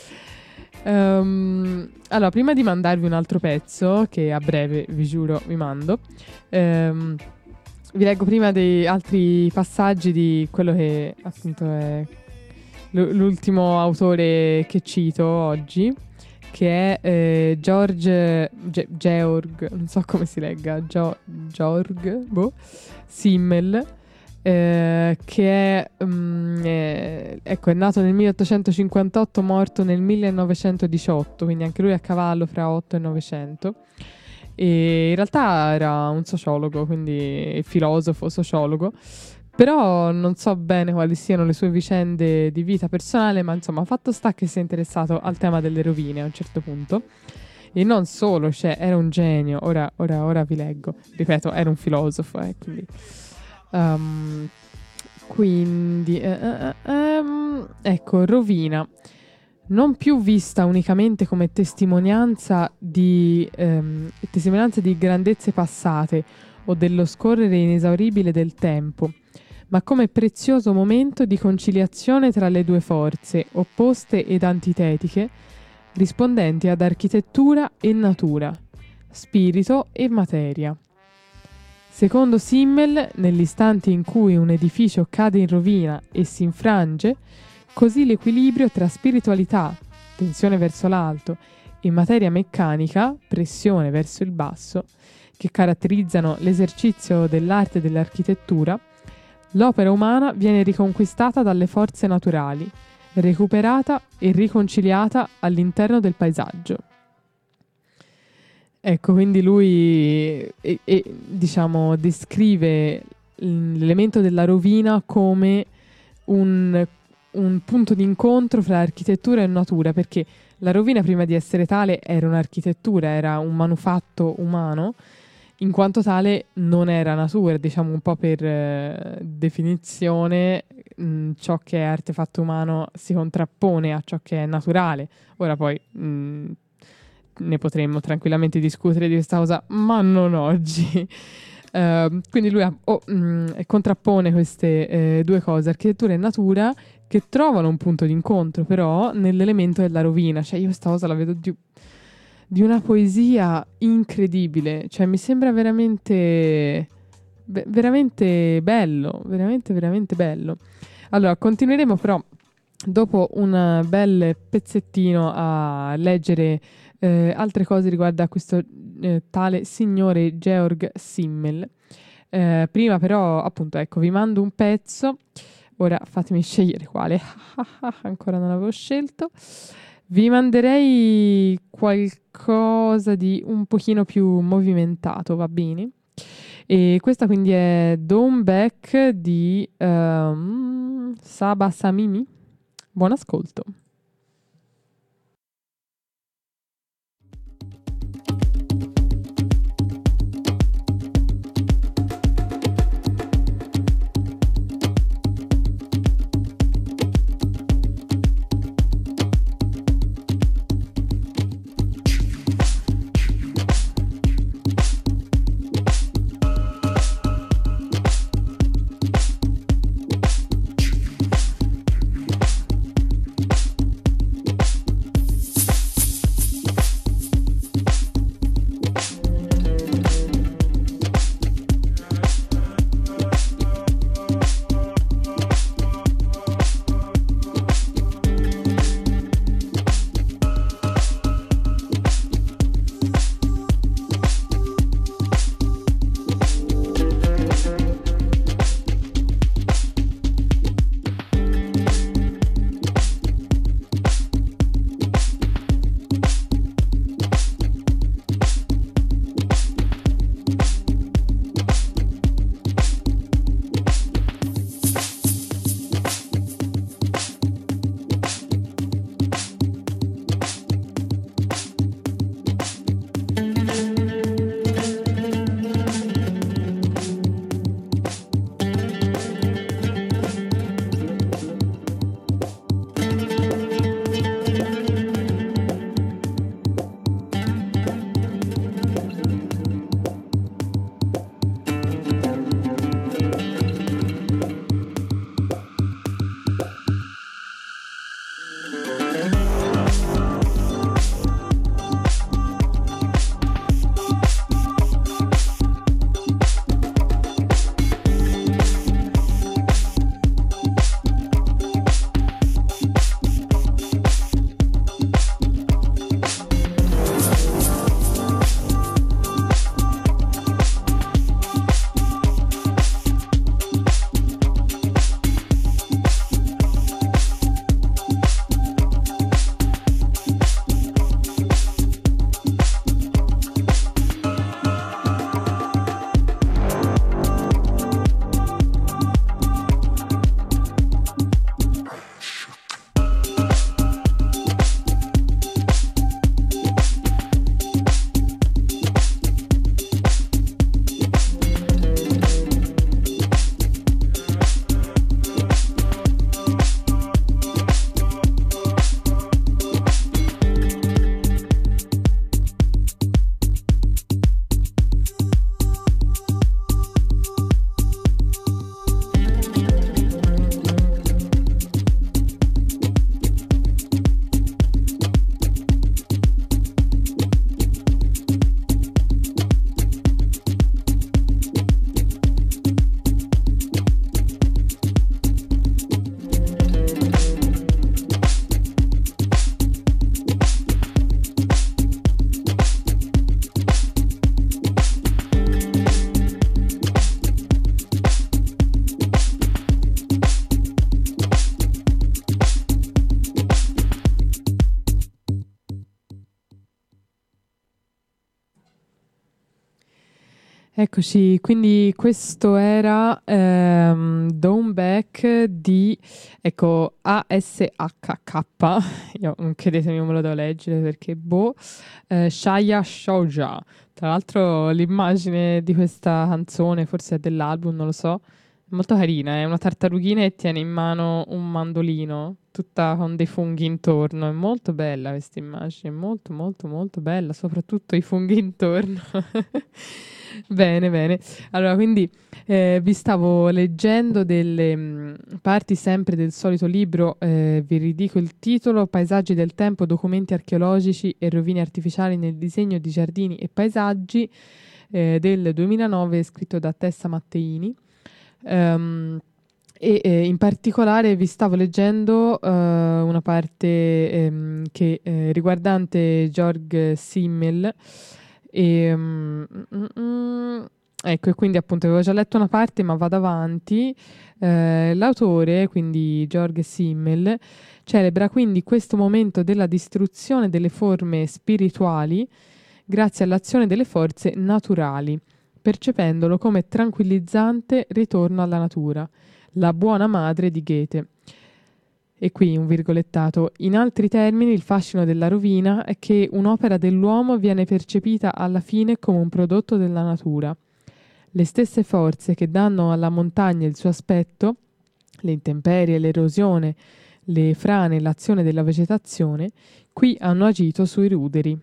Um, allora, prima di mandarvi un altro pezzo, che a breve, vi giuro, vi mando, um, vi leggo prima dei altri passaggi di quello che appunto è l- l'ultimo autore che cito oggi, che è eh, George Ge- Georg, non so come si legga, Gio- Georg boh, Simmel, eh, che è, um, è, ecco, è nato nel milleottocentocinquantotto, morto nel millenovecentodiciotto, quindi anche lui a cavallo fra otto e novecento. E in realtà era un sociologo, quindi filosofo, sociologo, però non so bene quali siano le sue vicende di vita personale, ma insomma fatto sta che si è interessato al tema delle rovine a un certo punto. E non solo, cioè era un genio, ora, ora, ora vi leggo, ripeto, era un filosofo, eh, quindi... Um, quindi eh, eh, ehm, ecco, rovina, non più vista unicamente come testimonianza di ehm, testimonianza di grandezze passate o dello scorrere inesauribile del tempo, ma come prezioso momento di conciliazione tra le due forze opposte ed antitetiche, rispondenti ad architettura e natura, spirito e materia. Secondo Simmel, nell'istante in cui un edificio cade in rovina e si infrange, così l'equilibrio tra spiritualità, tensione verso l'alto, e materia meccanica, pressione verso il basso, che caratterizzano l'esercizio dell'arte e dell'architettura, l'opera umana viene riconquistata dalle forze naturali, recuperata e riconciliata all'interno del paesaggio. Ecco, quindi lui e, e, diciamo descrive l'elemento della rovina come un, un punto di incontro fra architettura e natura, perché la rovina prima di essere tale era un'architettura, era un manufatto umano, in quanto tale non era natura, diciamo un po' per eh, definizione mh, ciò che è artefatto umano si contrappone a ciò che è naturale. Ora poi mh, ne potremmo tranquillamente discutere di questa cosa, ma non oggi. Uh, quindi lui ha, oh, mh, contrappone queste eh, due cose, architettura e natura, che trovano un punto di incontro però nell'elemento della rovina. Cioè io questa cosa la vedo di, di una poesia incredibile, cioè mi sembra veramente be- veramente bello, veramente veramente bello. Allora continueremo però dopo un bel pezzettino a leggere eh, altre cose riguardo a questo eh, tale signore Georg Simmel. Eh, prima però, appunto, ecco, vi mando un pezzo. Ora fatemi scegliere quale. Ancora non l'avevo scelto. Vi manderei qualcosa di un pochino più movimentato, va bene? E questa quindi è Dawn Back di um, Saba Samimi. Buon ascolto. Eccoci, quindi questo era ehm, Down Back di, ecco, A S H K, io non credetemi, io me lo devo leggere perché boh, eh, Shaya Shouja. Tra l'altro l'immagine di questa canzone, forse è dell'album, non lo so, è molto carina, è una tartarughina e tiene in mano un mandolino, tutta con dei funghi intorno, è molto bella questa immagine, molto molto molto bella, soprattutto i funghi intorno. Bene, bene. Allora, quindi eh, vi stavo leggendo delle mh, parti sempre del solito libro, eh, vi ridico il titolo: Paesaggi del tempo, documenti archeologici e rovine artificiali nel disegno di giardini e paesaggi, eh, del duemilanove, scritto da Tessa Matteini. Um, e eh, in particolare vi stavo leggendo uh, una parte ehm, che, eh, riguardante Georg Simmel. E, mm, mm, mm, ecco, e quindi appunto avevo già letto una parte, ma vado avanti. Eh, l'autore, quindi Georg Simmel, celebra quindi questo momento della distruzione delle forme spirituali grazie all'azione delle forze naturali, percependolo come tranquillizzante ritorno alla natura, la buona madre di Goethe. E qui un virgolettato: in altri termini, il fascino della rovina è che un'opera dell'uomo viene percepita alla fine come un prodotto della natura. Le stesse forze che danno alla montagna il suo aspetto, le intemperie, l'erosione, le frane, l'azione della vegetazione, qui hanno agito sui ruderi.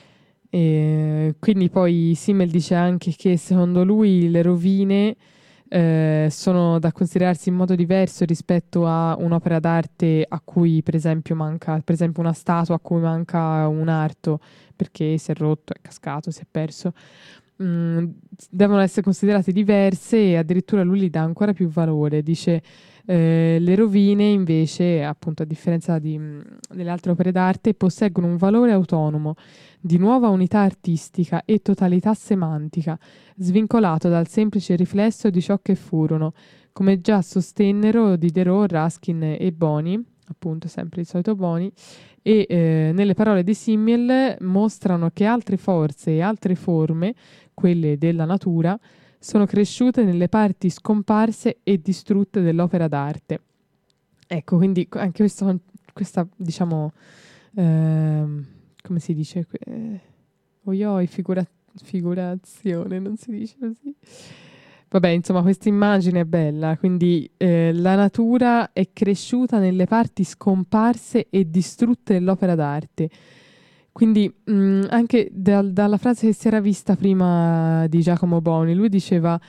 E quindi poi Simmel dice anche che secondo lui le rovine Eh, sono da considerarsi in modo diverso rispetto a un'opera d'arte a cui per esempio manca, per esempio una statua a cui manca un arto perché si è rotto, è cascato, si è perso. Mm, devono essere considerate diverse e addirittura lui gli dà ancora più valore. Dice eh, le rovine invece, appunto a differenza di, delle altre opere d'arte, posseggono un valore autonomo, di nuova unità artistica e totalità semantica, svincolato dal semplice riflesso di ciò che furono, come già sostennero Diderot, Ruskin e Boni, appunto sempre il solito Boni, e eh, nelle parole di Simmel mostrano che altre forze e altre forme, quelle della natura, sono cresciute nelle parti scomparse e distrutte dell'opera d'arte. Ecco, quindi anche questo, questa, diciamo, ehm, come si dice? Eh, oioi, figura, figurazione, non si dice così? Vabbè, insomma, questa immagine è bella, quindi eh, la natura è cresciuta nelle parti scomparse e distrutte dell'opera d'arte. Quindi mh, anche dal, dalla frase che si era vista prima di Giacomo Boni, lui diceva,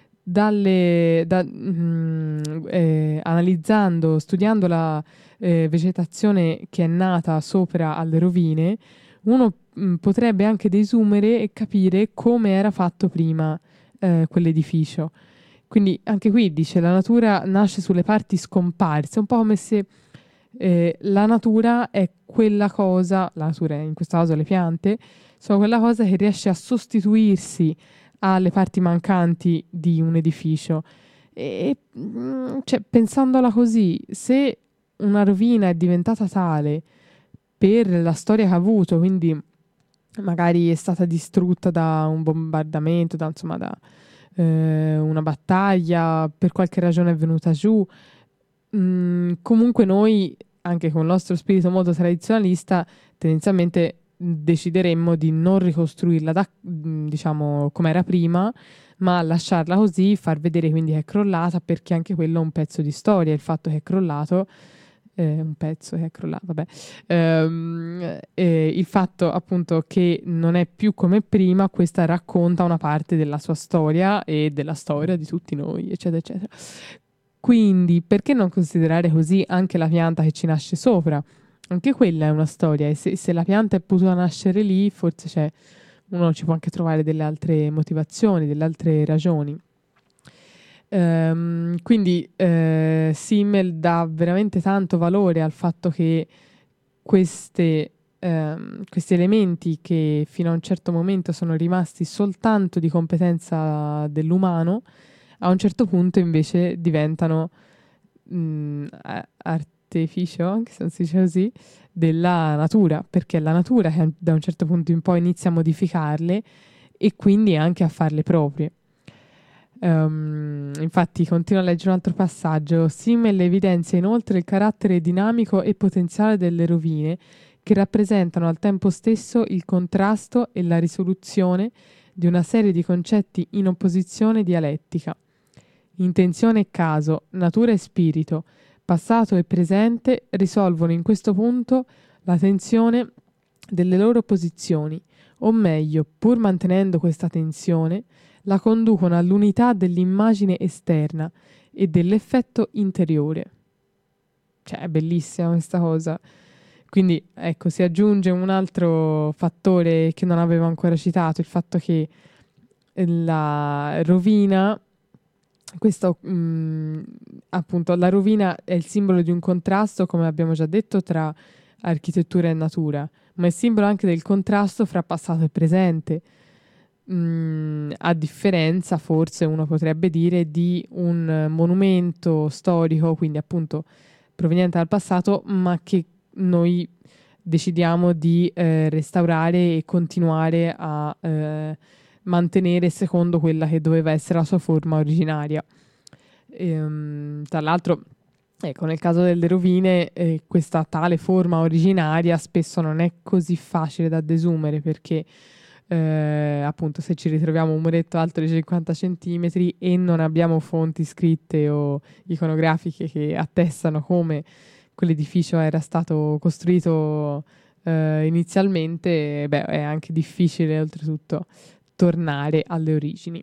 dalle, da, mh, eh, analizzando, studiando la eh, vegetazione che è nata sopra alle rovine, uno mh, potrebbe anche desumere e capire come era fatto prima eh, quell'edificio. Quindi anche qui dice, la natura nasce sulle parti scomparse, un po' come se eh, la natura è quella cosa, la natura in questo caso le piante, sono quella cosa che riesce a sostituirsi alle parti mancanti di un edificio. E mh, cioè, pensandola così, se una rovina è diventata tale per la storia che ha avuto, quindi magari è stata distrutta da un bombardamento, da, insomma, da eh, una battaglia, per qualche ragione è venuta giù. Mm, comunque noi, anche con il nostro spirito molto tradizionalista, tendenzialmente decideremmo di non ricostruirla da, diciamo, come era prima, ma lasciarla così, far vedere quindi che è crollata, perché anche quello è un pezzo di storia, il fatto che è crollato, eh, un pezzo che è crollato, vabbè, ehm, eh, il fatto appunto che non è più come prima, questa racconta una parte della sua storia e della storia di tutti noi, eccetera, eccetera. Quindi perché non considerare così anche la pianta che ci nasce sopra? Anche quella è una storia, e se, se la pianta è potuta nascere lì, forse c'è, uno ci può anche trovare delle altre motivazioni, delle altre ragioni. Ehm, quindi eh, Simmel dà veramente tanto valore al fatto che queste, ehm, questi elementi che fino a un certo momento sono rimasti soltanto di competenza dell'umano, a un certo punto invece diventano mh, artificio, anche se non si dice così, della natura, perché è la natura che da un certo punto in poi inizia a modificarle, e quindi anche a farle proprie. Um, infatti continua a leggere un altro passaggio. Simmel evidenzia inoltre il carattere dinamico e potenziale delle rovine, che rappresentano al tempo stesso il contrasto e la risoluzione di una serie di concetti in opposizione dialettica. Intenzione e caso, natura e spirito, passato e presente risolvono in questo punto la tensione delle loro posizioni, o meglio, pur mantenendo questa tensione, la conducono all'unità dell'immagine esterna e dell'effetto interiore. Cioè, è bellissima questa cosa. Quindi, ecco, si aggiunge un altro fattore che non avevo ancora citato, il fatto che la rovina, questo, mh, appunto, la rovina è il simbolo di un contrasto, come abbiamo già detto, tra architettura e natura, ma è simbolo anche del contrasto fra passato e presente. Mm, a differenza, forse uno potrebbe dire, di un monumento storico, quindi appunto proveniente dal passato, ma che noi decidiamo di eh, restaurare e continuare a eh, mantenere secondo quella che doveva essere la sua forma originaria. Ehm, tra l'altro, ecco, nel caso delle rovine, eh, questa tale forma originaria spesso non è così facile da desumere, perché Eh, appunto se ci ritroviamo un muretto alto di cinquanta centimetri e non abbiamo fonti scritte o iconografiche che attestano come quell'edificio era stato costruito eh, inizialmente, beh, è anche difficile oltretutto tornare alle origini.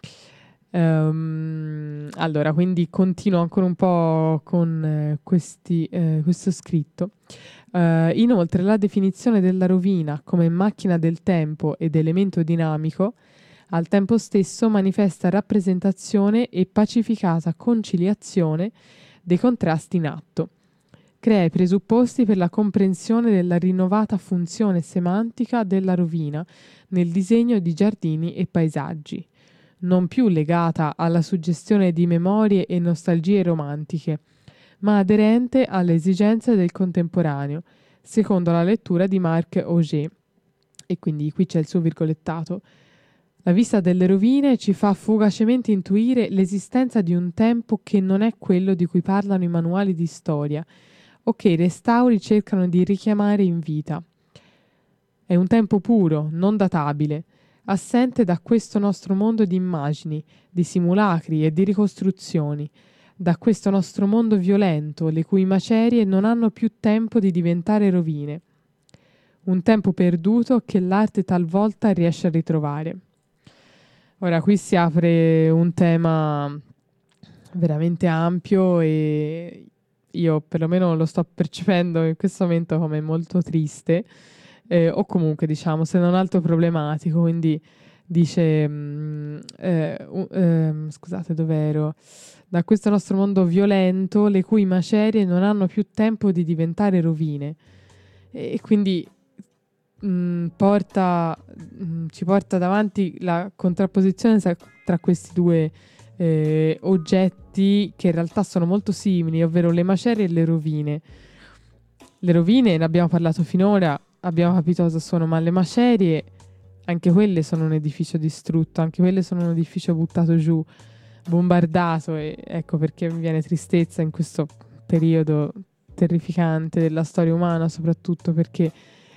Um, allora, quindi continuo ancora un po' con eh, questi, eh, questo scritto. Uh, inoltre, la definizione della rovina come macchina del tempo ed elemento dinamico al tempo stesso manifesta rappresentazione e pacificata conciliazione dei contrasti in atto. Crea i presupposti per la comprensione della rinnovata funzione semantica della rovina nel disegno di giardini e paesaggi, non più legata alla suggestione di memorie e nostalgie romantiche, ma aderente alle esigenze del contemporaneo, secondo la lettura di Marc Auger. E quindi qui c'è il suo virgolettato. La vista delle rovine ci fa fugacemente intuire l'esistenza di un tempo che non è quello di cui parlano i manuali di storia, o che i restauri cercano di richiamare in vita. È un tempo puro, non databile, assente da questo nostro mondo di immagini, di simulacri e di ricostruzioni, da questo nostro mondo violento, le cui macerie non hanno più tempo di diventare rovine. Un tempo perduto che l'arte talvolta riesce a ritrovare. Ora, qui si apre un tema veramente ampio e io perlomeno lo sto percependo in questo momento come molto triste, eh, o comunque, diciamo, se non altro problematico. Quindi dice, mh, eh, uh, eh, scusate, dov'ero? Da questo nostro mondo violento, le cui macerie non hanno più tempo di diventare rovine. E quindi mh, porta, mh, ci porta davanti la contrapposizione tra questi due eh, oggetti che in realtà sono molto simili, ovvero le macerie e le rovine. Le rovine, ne abbiamo parlato finora, abbiamo capito cosa sono, ma le macerie, anche quelle sono un edificio distrutto, anche quelle sono un edificio buttato giù, bombardato, e ecco perché mi viene tristezza in questo periodo terrificante della storia umana, soprattutto perché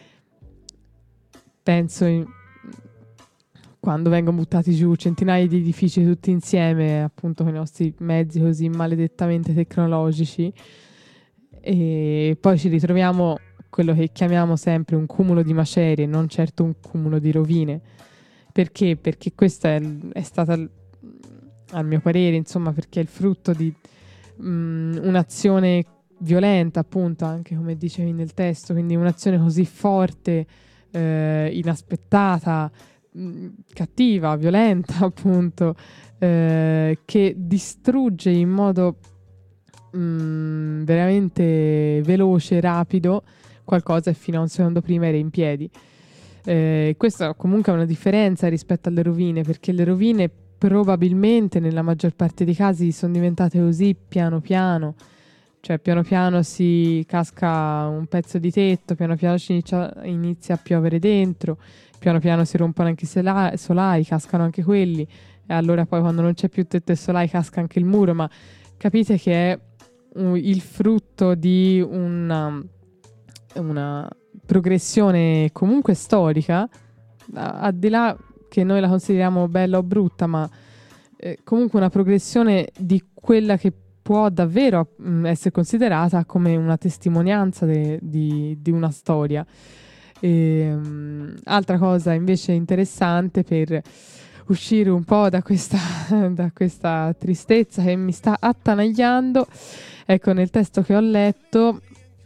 penso in, quando vengono buttati giù centinaia di edifici tutti insieme, appunto con i nostri mezzi così maledettamente tecnologici, e poi ci ritroviamo quello che chiamiamo sempre un cumulo di macerie, non certo un cumulo di rovine. Perché? Perché questa è, è stata, al mio parere, insomma, perché è il frutto di um, un'azione violenta, appunto, anche come dicevi nel testo, quindi un'azione così forte, eh, inaspettata, mh, cattiva, violenta, appunto, eh, che distrugge in modo mh, veramente veloce, rapido, qualcosa che fino a un secondo prima era in piedi. Eh, questa comunque è una differenza rispetto alle rovine, perché le rovine probabilmente nella maggior parte dei casi sono diventate così piano piano cioè piano piano si casca un pezzo di tetto, piano piano ci inizia, inizia a piovere dentro, piano piano si rompono anche i sola- solai, cascano anche quelli, e allora poi quando non c'è più tetto e solai casca anche il muro, ma capite che è uh, il frutto di una, una progressione comunque storica, al di là che noi la consideriamo bella o brutta, ma eh, comunque una progressione di quella che può davvero mh, essere considerata come una testimonianza de- di, di una storia. E, um, altra cosa invece interessante per uscire un po' da questa, da questa tristezza che mi sta attanagliando, ecco, nel testo che ho letto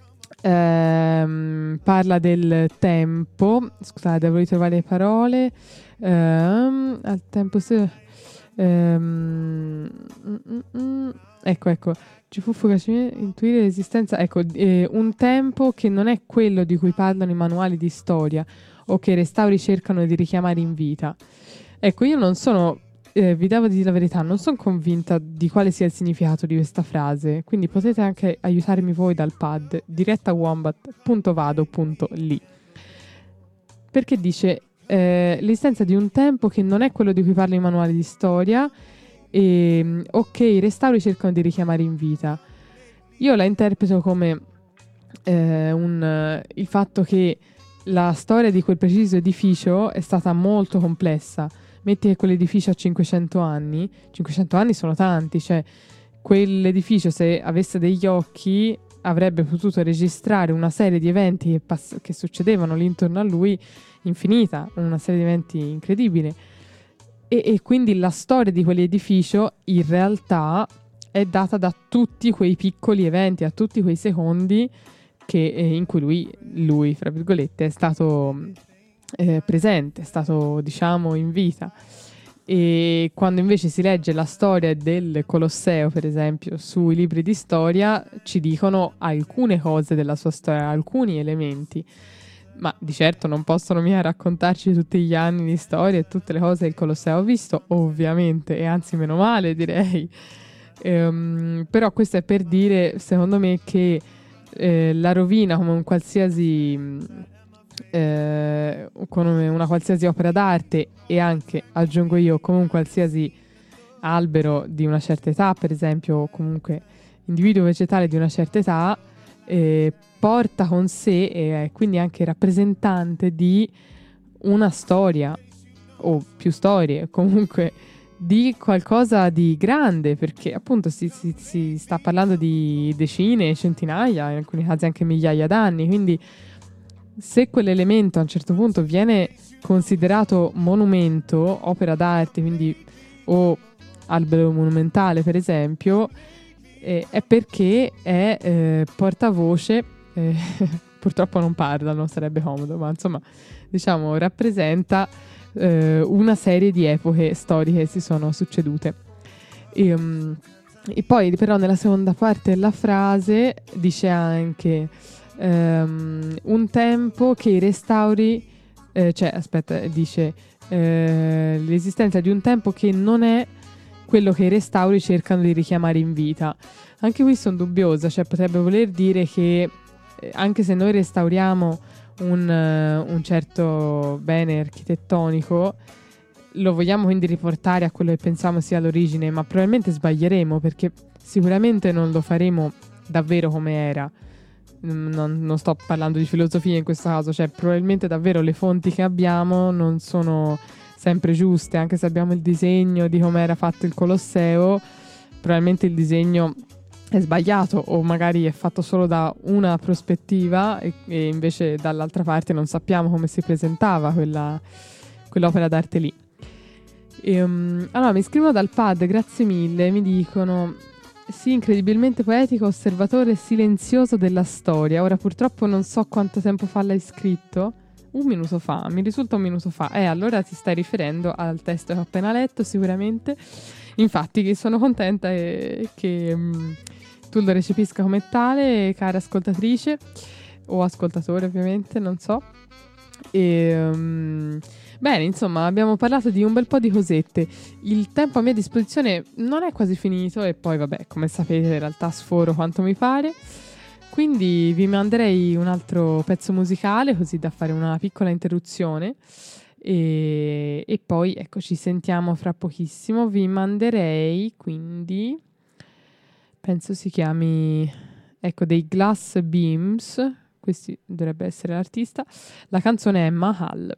ehm, parla del tempo, scusate, devo ritrovare le parole, ehm, al tempo se, ehm, mm, mm, mm, ecco ecco ci fu fugacemente intuire l'esistenza, ecco, eh, un tempo che non è quello di cui parlano i manuali di storia o che i restauri cercano di richiamare in vita. Ecco, io non sono, eh, vi devo dire la verità, non sono convinta di quale sia il significato di questa frase, quindi potete anche aiutarmi voi dal pad diretta wombat punto vado punto li, perché dice eh, l'esistenza di un tempo che non è quello di cui parlano i manuali di storia e ok, i restauri cercano di richiamare in vita. Io la interpreto come eh, un, il fatto che la storia di quel preciso edificio è stata molto complessa. Metti che quell'edificio ha cinquecento anni, cinquecento anni sono tanti, cioè quell'edificio, se avesse degli occhi, avrebbe potuto registrare una serie di eventi che, pass- che succedevano lì intorno a lui, infinita, una serie di eventi incredibile. E, e quindi la storia di quell'edificio in realtà è data da tutti quei piccoli eventi, a tutti quei secondi che, eh, in cui lui, lui, fra virgolette, è stato eh, presente, è stato, diciamo, in vita. E quando invece si legge la storia del Colosseo, per esempio, sui libri di storia, ci dicono alcune cose della sua storia, alcuni elementi. Ma di certo non possono mica raccontarci tutti gli anni di storia e tutte le cose che il Colosseo ha visto, ovviamente, e anzi meno male, direi. Ehm, però questo è per dire, secondo me, che eh, la rovina, come un qualsiasi eh, come una qualsiasi opera d'arte, e anche, aggiungo io, come un qualsiasi albero di una certa età, per esempio, o comunque individuo vegetale di una certa età, eh, porta con sé e è quindi anche rappresentante di una storia o più storie, comunque di qualcosa di grande, perché appunto si, si, si sta parlando di decine, centinaia, in alcuni casi anche migliaia d'anni, quindi se quell'elemento a un certo punto viene considerato monumento, opera d'arte, quindi o albero monumentale per esempio, eh, è perché è eh, portavoce. Eh, purtroppo non parlano, sarebbe comodo, ma insomma, diciamo, rappresenta eh, una serie di epoche storiche che si sono succedute. E, um, e poi, però, nella seconda parte della frase dice anche um, un tempo che i restauri, eh, cioè, aspetta, dice eh, l'esistenza di un tempo che non è quello che i restauri cercano di richiamare in vita. Anche qui sono dubbiosa, cioè potrebbe voler dire che anche se noi restauriamo un, uh, un certo bene architettonico, lo vogliamo quindi riportare a quello che pensiamo sia l'origine, ma probabilmente sbaglieremo, perché sicuramente non lo faremo davvero come era. Non, non sto parlando di filosofia in questo caso, cioè probabilmente davvero le fonti che abbiamo non sono sempre giuste, anche se abbiamo il disegno di come era fatto il Colosseo, probabilmente il disegno è sbagliato o magari è fatto solo da una prospettiva e, e invece dall'altra parte non sappiamo come si presentava quella, quell'opera d'arte lì. E, um, allora mi scrivono dal pad, grazie mille, mi dicono sì, incredibilmente poetico, osservatore silenzioso della storia. Ora purtroppo non so quanto tempo fa l'hai scritto, un minuto fa, mi risulta un minuto fa, eh allora ti stai riferendo al testo che ho appena letto sicuramente. Infatti sono contenta e, che um, tu lo recepisca come tale, cara ascoltatrice o ascoltatore ovviamente, non so. E, um, Bene, insomma, abbiamo parlato di un bel po' di cosette. Il tempo a mia disposizione non è quasi finito e poi, vabbè, come sapete, in realtà sforo quanto mi pare. Quindi vi manderei un altro pezzo musicale, così da fare una piccola interruzione. E, e poi, ecco, ci sentiamo fra pochissimo. Vi manderei, quindi, penso si chiami, ecco, dei Glass Beams. Questo dovrebbe essere l'artista. La canzone è Mahal.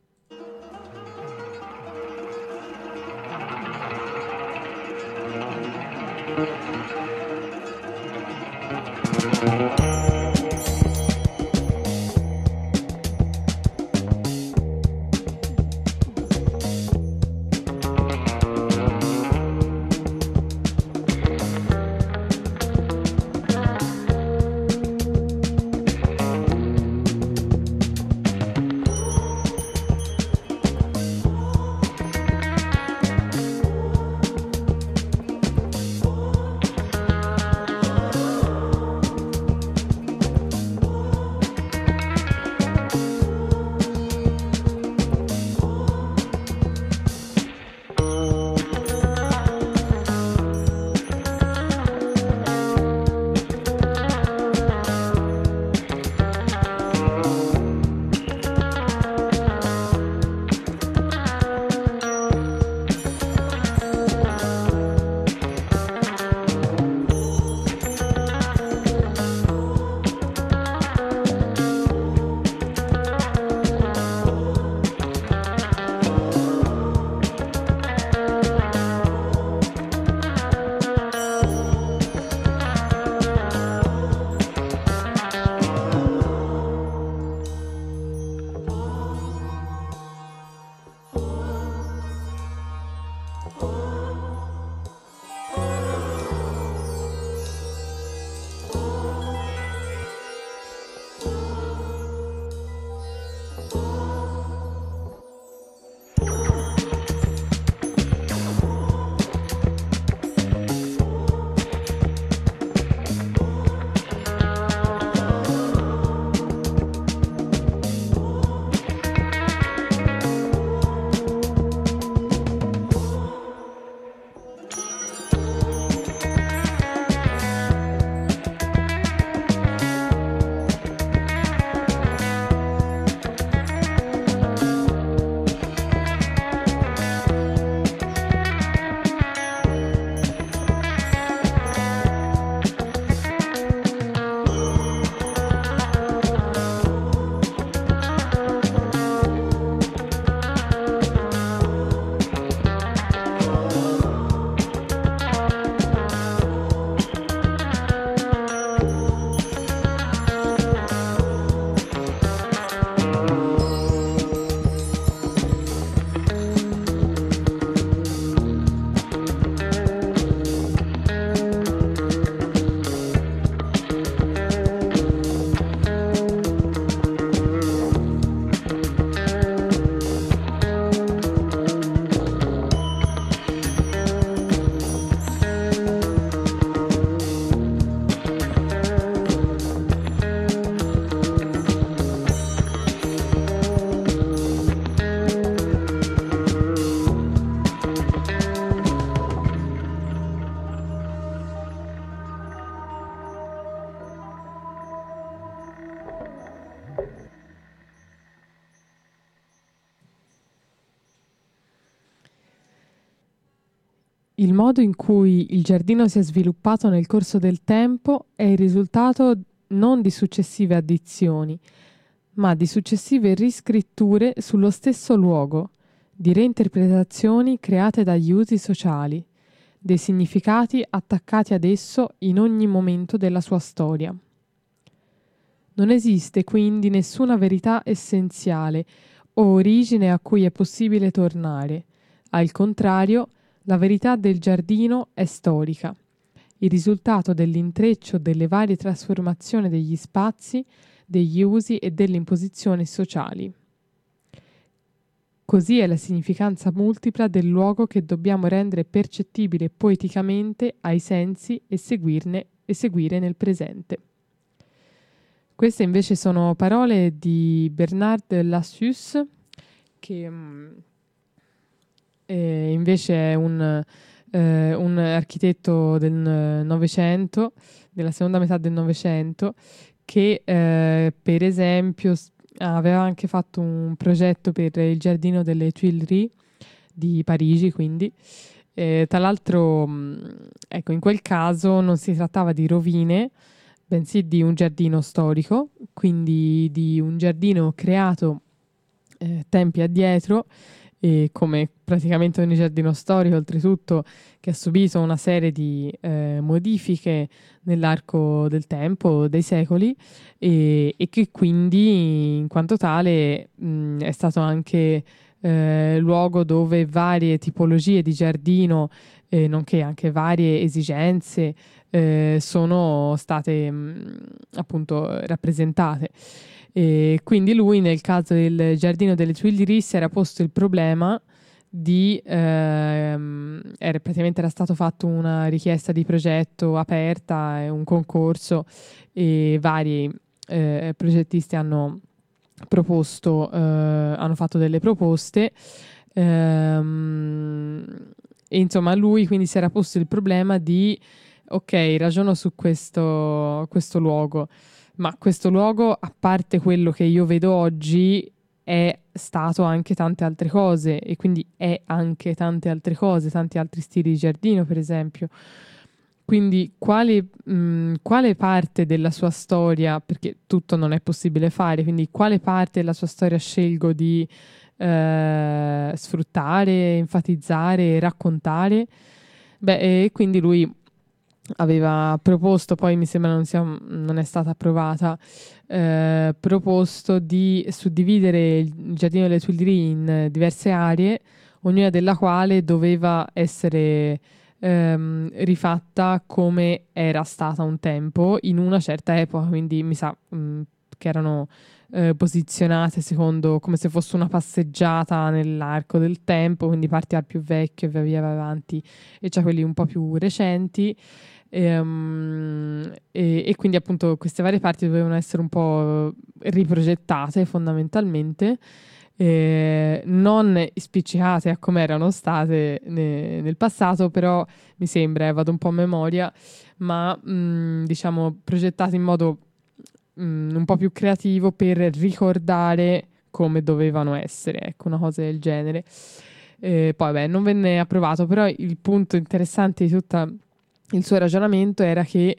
Il modo in cui il giardino si è sviluppato nel corso del tempo è il risultato non di successive addizioni, ma di successive riscritture sullo stesso luogo, di reinterpretazioni create dagli usi sociali, dei significati attaccati ad esso in ogni momento della sua storia. Non esiste quindi nessuna verità essenziale o origine a cui è possibile tornare. Al contrario, la verità del giardino è storica, il risultato dell'intreccio delle varie trasformazioni degli spazi, degli usi e delle imposizioni sociali. Così è la significanza multipla del luogo che dobbiamo rendere percettibile poeticamente ai sensi e seguirne e seguire nel presente. Queste invece sono parole di Bernard Lassus, che mh, eh, invece è un, eh, un architetto del Novecento, della seconda metà del Novecento, che eh, per esempio s- aveva anche fatto un progetto per il giardino delle Tuileries di Parigi, quindi. Eh, tra l'altro, mh, ecco, in quel caso non si trattava di rovine, bensì di un giardino storico, quindi di un giardino creato eh, tempi addietro, e come praticamente ogni giardino storico, oltretutto, che ha subito una serie di eh, modifiche nell'arco del tempo, dei secoli, e, e che quindi, in quanto tale, mh, è stato anche eh, luogo dove varie tipologie di giardino, eh, nonché anche varie esigenze, eh, sono state mh, appunto rappresentate. E quindi lui, nel caso del giardino delle Tuileries, si era posto il problema di ehm, era praticamente era stato fatto una richiesta di progetto aperta, e un concorso, e vari eh, progettisti hanno proposto, eh, hanno fatto delle proposte, ehm, e insomma lui quindi si era posto il problema di ok, ragiono su questo, questo luogo, ma questo luogo, a parte quello che io vedo oggi, è stato anche tante altre cose, e quindi è anche tante altre cose, tanti altri stili di giardino, per esempio. Quindi quale, mh, quale parte della sua storia, perché tutto non è possibile fare, quindi quale parte della sua storia scelgo di eh, sfruttare, enfatizzare, raccontare? Beh, e quindi lui aveva proposto, poi mi sembra non, sia, non è stata approvata, eh, proposto di suddividere il giardino delle Tuileries in diverse aree, ognuna della quale doveva essere ehm, rifatta come era stata un tempo in una certa epoca, quindi mi sa mh, che erano eh, posizionate secondo come se fosse una passeggiata nell'arco del tempo, quindi parti dal più vecchio e via via vai avanti, e c'è quelli un po' più recenti. E, um, e, e quindi appunto queste varie parti dovevano essere un po' riprogettate fondamentalmente, eh, non spiccicate a come erano state ne, nel passato, però mi sembra, eh, vado un po' a memoria, ma mh, diciamo progettate in modo mh, un po' più creativo per ricordare come dovevano essere, ecco, una cosa del genere. Eh, poi beh, non venne approvato, però il punto interessante di tutta il suo ragionamento era che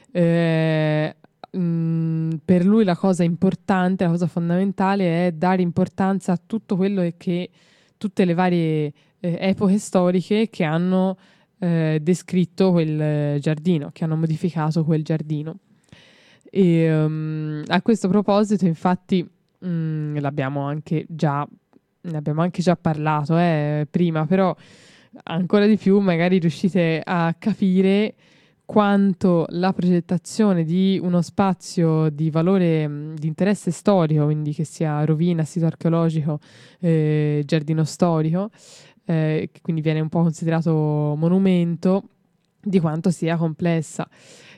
eh, mh, per lui la cosa importante, la cosa fondamentale è dare importanza a tutto quello che tutte le varie eh, epoche storiche che hanno eh, descritto quel giardino, che hanno modificato quel giardino. E um, a questo proposito, infatti, mh, l'abbiamo anche già, ne abbiamo anche già parlato eh, prima, però ancora di più magari riuscite a capire quanto la progettazione di uno spazio di valore, mh, di interesse storico, quindi che sia rovina, sito archeologico, eh, giardino storico, eh, che quindi viene un po' considerato monumento, di quanto sia complessa.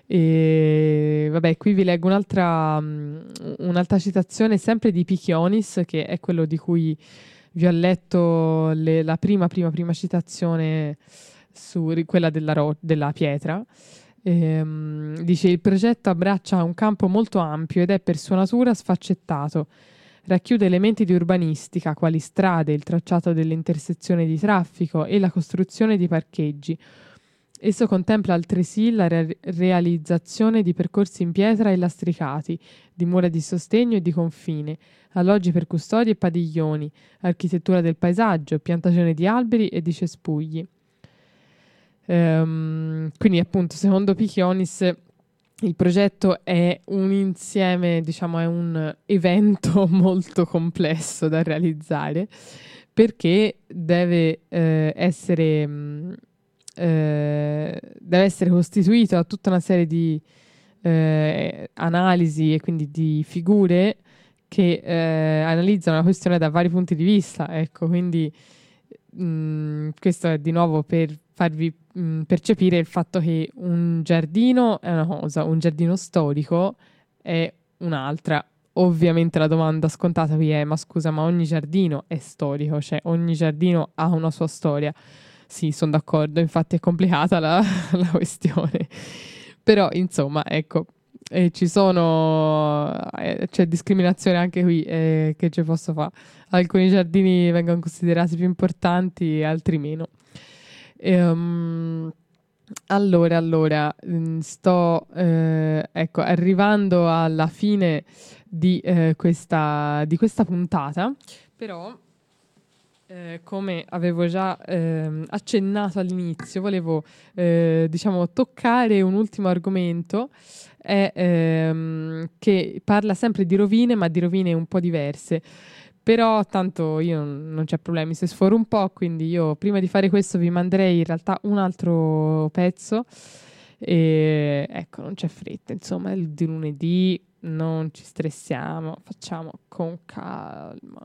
E vabbè, qui vi leggo un'altra, mh, un'altra citazione sempre di Pichionis, che è quello di cui vi ho letto le, la prima, prima, prima citazione, su quella della, ro- della pietra. Ehm, dice: il progetto abbraccia un campo molto ampio ed è per sua natura sfaccettato. Racchiude elementi di urbanistica, quali strade, il tracciato delle intersezioni di traffico e la costruzione di parcheggi. Esso contempla altresì la re- realizzazione di percorsi in pietra e lastricati, di mura di sostegno e di confine, alloggi per custodi e padiglioni, architettura del paesaggio, piantagione di alberi e di cespugli. Ehm, quindi appunto, secondo Pichionis, il progetto è un insieme, diciamo, è un evento molto complesso da realizzare, perché deve eh, essere... Mh, eh, deve essere costituito da tutta una serie di eh, analisi e quindi di figure che eh, analizzano la questione da vari punti di vista, ecco, quindi mh, questo è di nuovo per farvi mh, percepire il fatto che un giardino è una cosa, un giardino storico è un'altra, ovviamente la domanda scontata qui è: ma scusa, ma ogni giardino è storico, cioè ogni giardino ha una sua storia. Sì, sono d'accordo, infatti è complicata la, la questione, però insomma, ecco, eh, ci sono, eh, c'è discriminazione anche qui, eh, che ci posso fare. Alcuni giardini vengono considerati più importanti, altri meno. Ehm... Allora, allora, mh, sto eh, ecco, arrivando alla fine di, eh, questa, di questa puntata, però eh, come avevo già ehm, accennato all'inizio, volevo eh, diciamo toccare un ultimo argomento è, ehm, che parla sempre di rovine, ma di rovine un po' diverse. Però tanto io non c'è problemi se sforo un po', quindi io prima di fare questo vi manderei in realtà un altro pezzo e ecco, non c'è fretta, insomma, è il di lunedì, non ci stressiamo, facciamo con calma.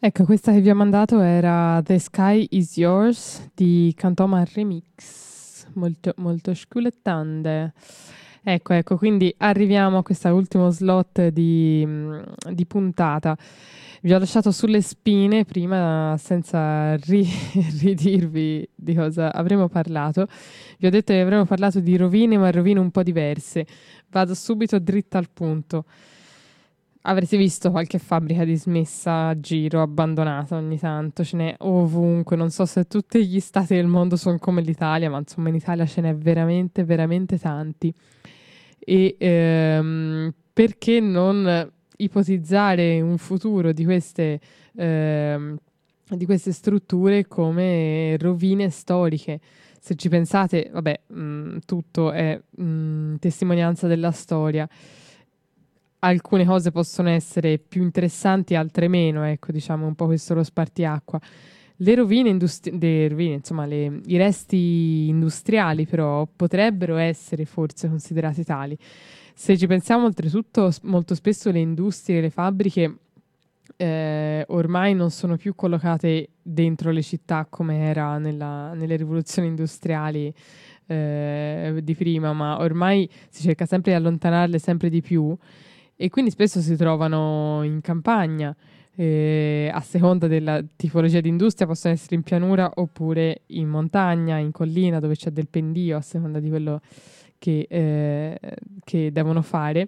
Ecco, questa che vi ho mandato era The Sky Is Yours di Cantoma Remix, molto, molto sculettante. Ecco, ecco, quindi arriviamo a questo ultimo slot di, di puntata. Vi ho lasciato sulle spine prima, senza ri- ridirvi di cosa avremmo parlato. Vi ho detto che avremmo parlato di rovine, ma rovine un po' diverse. Vado subito dritta al punto. Avrete visto qualche fabbrica dismessa a giro, abbandonata ogni tanto, ce n'è ovunque, non so se tutti gli stati del mondo sono come l'Italia, ma insomma in Italia ce n'è veramente, veramente tanti. E ehm, perché non ipotizzare un futuro di queste, ehm, di queste strutture come rovine storiche? Se ci pensate, vabbè, mh, tutto è mh, testimonianza della storia. Alcune cose possono essere più interessanti, altre meno, ecco, diciamo un po' questo lo spartiacqua. Le rovine industriali, insomma, le, i resti industriali però potrebbero essere forse considerati tali. Se ci pensiamo, oltretutto, s- molto spesso le industrie, le fabbriche eh, ormai non sono più collocate dentro le città come era nella- nelle rivoluzioni industriali eh, di prima, ma ormai si cerca sempre di allontanarle sempre di più e quindi spesso si trovano in campagna. eh, a seconda della tipologia di industria possono essere in pianura oppure in montagna, in collina dove c'è del pendio a seconda di quello che, eh, che devono fare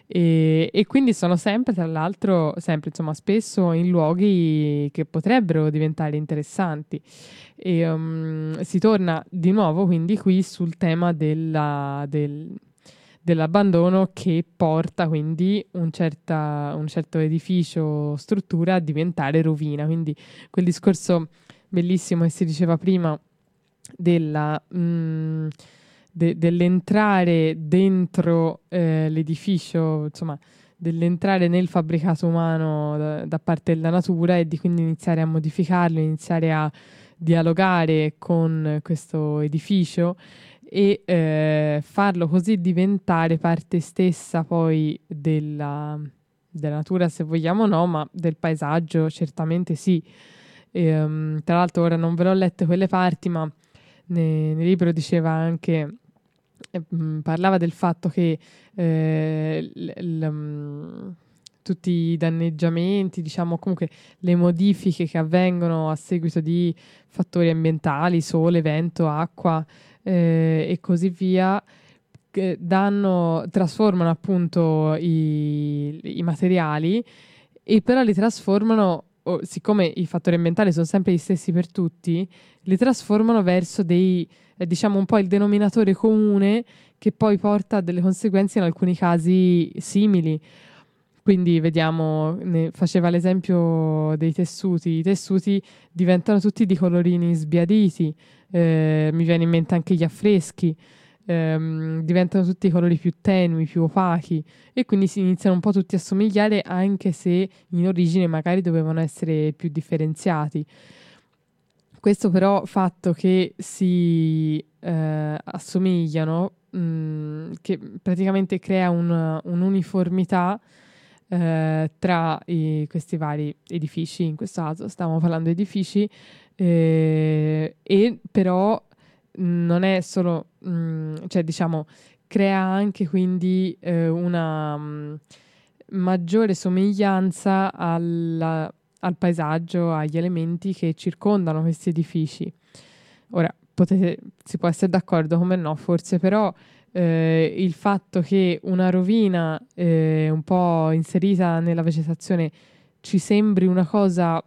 e, e quindi sono sempre tra l'altro sempre insomma spesso in luoghi che potrebbero diventare interessanti e um, si torna di nuovo quindi qui sul tema della, del, dell'abbandono che porta quindi un, certa, un certo edificio, struttura a diventare rovina. Quindi quel discorso bellissimo che si diceva prima della, mh, de- dell'entrare dentro eh, l'edificio, insomma, dell'entrare nel fabbricato umano da, da parte della natura e di quindi iniziare a modificarlo, iniziare a dialogare con questo edificio e eh, farlo così diventare parte stessa poi della, della natura, se vogliamo no, ma del paesaggio certamente sì. E, um, tra l'altro ora non ve l'ho lette quelle parti, ma ne- nel libro diceva anche, eh, mh, parlava del fatto che eh, l- l- mh, tutti i danneggiamenti, diciamo comunque le modifiche che avvengono a seguito di fattori ambientali, sole, vento, acqua, eh, e così via, che danno, trasformano appunto i, i materiali e però li trasformano, o- siccome i fattori ambientali sono sempre gli stessi per tutti, li trasformano verso dei, eh, diciamo un po' il denominatore comune che poi porta a delle conseguenze in alcuni casi simili. Quindi vediamo, ne faceva l'esempio dei tessuti, i tessuti diventano tutti di colorini sbiaditi, eh, mi viene in mente anche gli affreschi, ehm, diventano tutti colori più tenui, più opachi e quindi si iniziano un po' tutti a somigliare anche se in origine magari dovevano essere più differenziati. Questo però fatto che si eh, assomigliano, mh, che praticamente crea un- un'uniformità eh, tra i- questi vari edifici, in questo caso stiamo parlando di edifici, eh, e però non è solo, mh, cioè diciamo, crea anche quindi eh, una mh, maggiore somiglianza alla- al paesaggio, agli elementi che circondano questi edifici. Ora, potete, si può essere d'accordo come no, forse però eh, il fatto che una rovina eh, un po' inserita nella vegetazione ci sembri una cosa,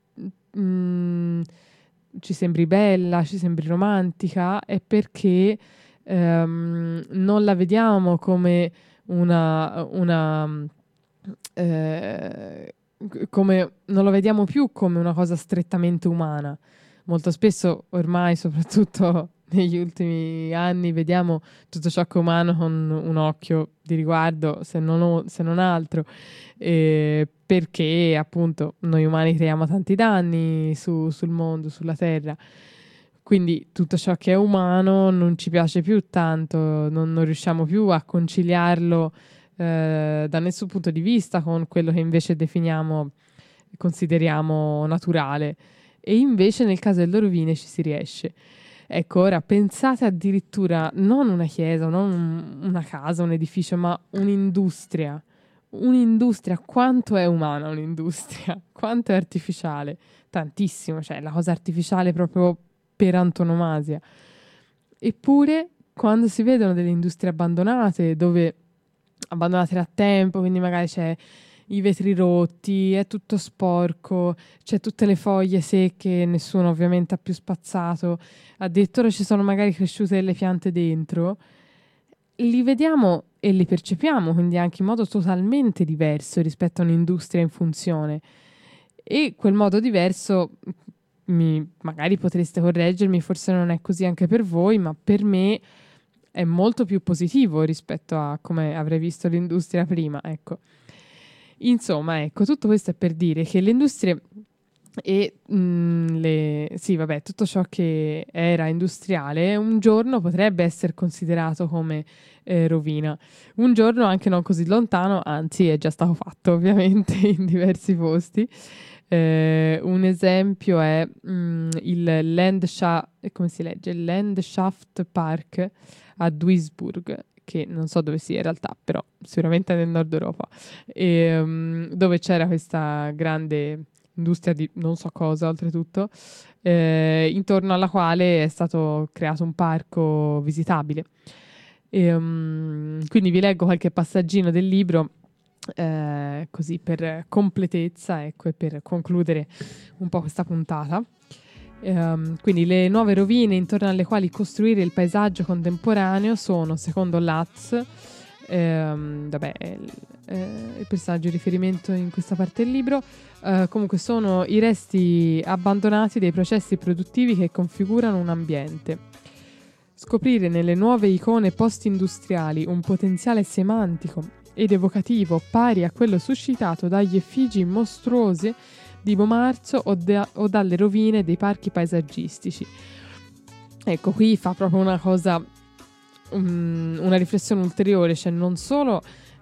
mm, ci sembri bella, ci sembri romantica, è perché ehm, non la vediamo come una, una eh, come non lo vediamo più come una cosa strettamente umana. Molto spesso, ormai, soprattutto negli ultimi anni, vediamo tutto ciò che è umano con un occhio di riguardo, se non, o- se non altro, eh, perché appunto noi umani creiamo tanti danni su- sul mondo, sulla Terra. Quindi tutto ciò che è umano non ci piace più tanto, non, non riusciamo più a conciliarlo eh, da nessun punto di vista con quello che invece definiamo consideriamo naturale, e invece nel caso delle rovine ci si riesce. Ecco, ora pensate addirittura non una chiesa, non una casa, un edificio, ma un'industria. Un'industria, quanto è umana un'industria? Quanto è artificiale? Tantissimo, cioè la cosa artificiale proprio per antonomasia. Eppure, quando si vedono delle industrie abbandonate, dove abbandonate da tempo, quindi magari c'è i vetri rotti, è tutto sporco, c'è tutte le foglie secche, nessuno ovviamente ha più spazzato, addirittura ci sono magari cresciute delle piante dentro, li vediamo e li percepiamo quindi anche in modo totalmente diverso rispetto a un'industria in funzione. E quel modo diverso, mi, magari potreste correggermi, forse non è così anche per voi, ma per me è molto più positivo rispetto a come avrei visto l'industria prima, ecco. Insomma, ecco, tutto questo è per dire che le industrie e mh, le, sì, vabbè, tutto ciò che era industriale un giorno potrebbe essere considerato come eh, rovina. Un giorno anche non così lontano, anzi è già stato fatto ovviamente in diversi posti. Eh, un esempio è mh, il Landschaft, come si legge? Il Landschaft Park a Duisburg, che non so dove sia in realtà, però sicuramente nel nord Europa, e, um, dove c'era questa grande industria di non so cosa, oltretutto, eh, intorno alla quale è stato creato un parco visitabile. E, um, quindi vi leggo qualche passaggino del libro, eh, così per completezza, ecco, e per concludere un po' questa puntata. Um, quindi le nuove rovine intorno alle quali costruire il paesaggio contemporaneo sono, secondo Latz, ehm, vabbè, il, eh, il personaggio di riferimento in questa parte del libro, eh, comunque sono i resti abbandonati dei processi produttivi che configurano un ambiente. Scoprire nelle nuove icone post-industriali un potenziale semantico ed evocativo pari a quello suscitato dagli effigi mostruosi di Bomarzo o, da, o dalle rovine dei parchi paesaggistici. Ecco, qui fa proprio una cosa, um, una riflessione ulteriore, cioè non solo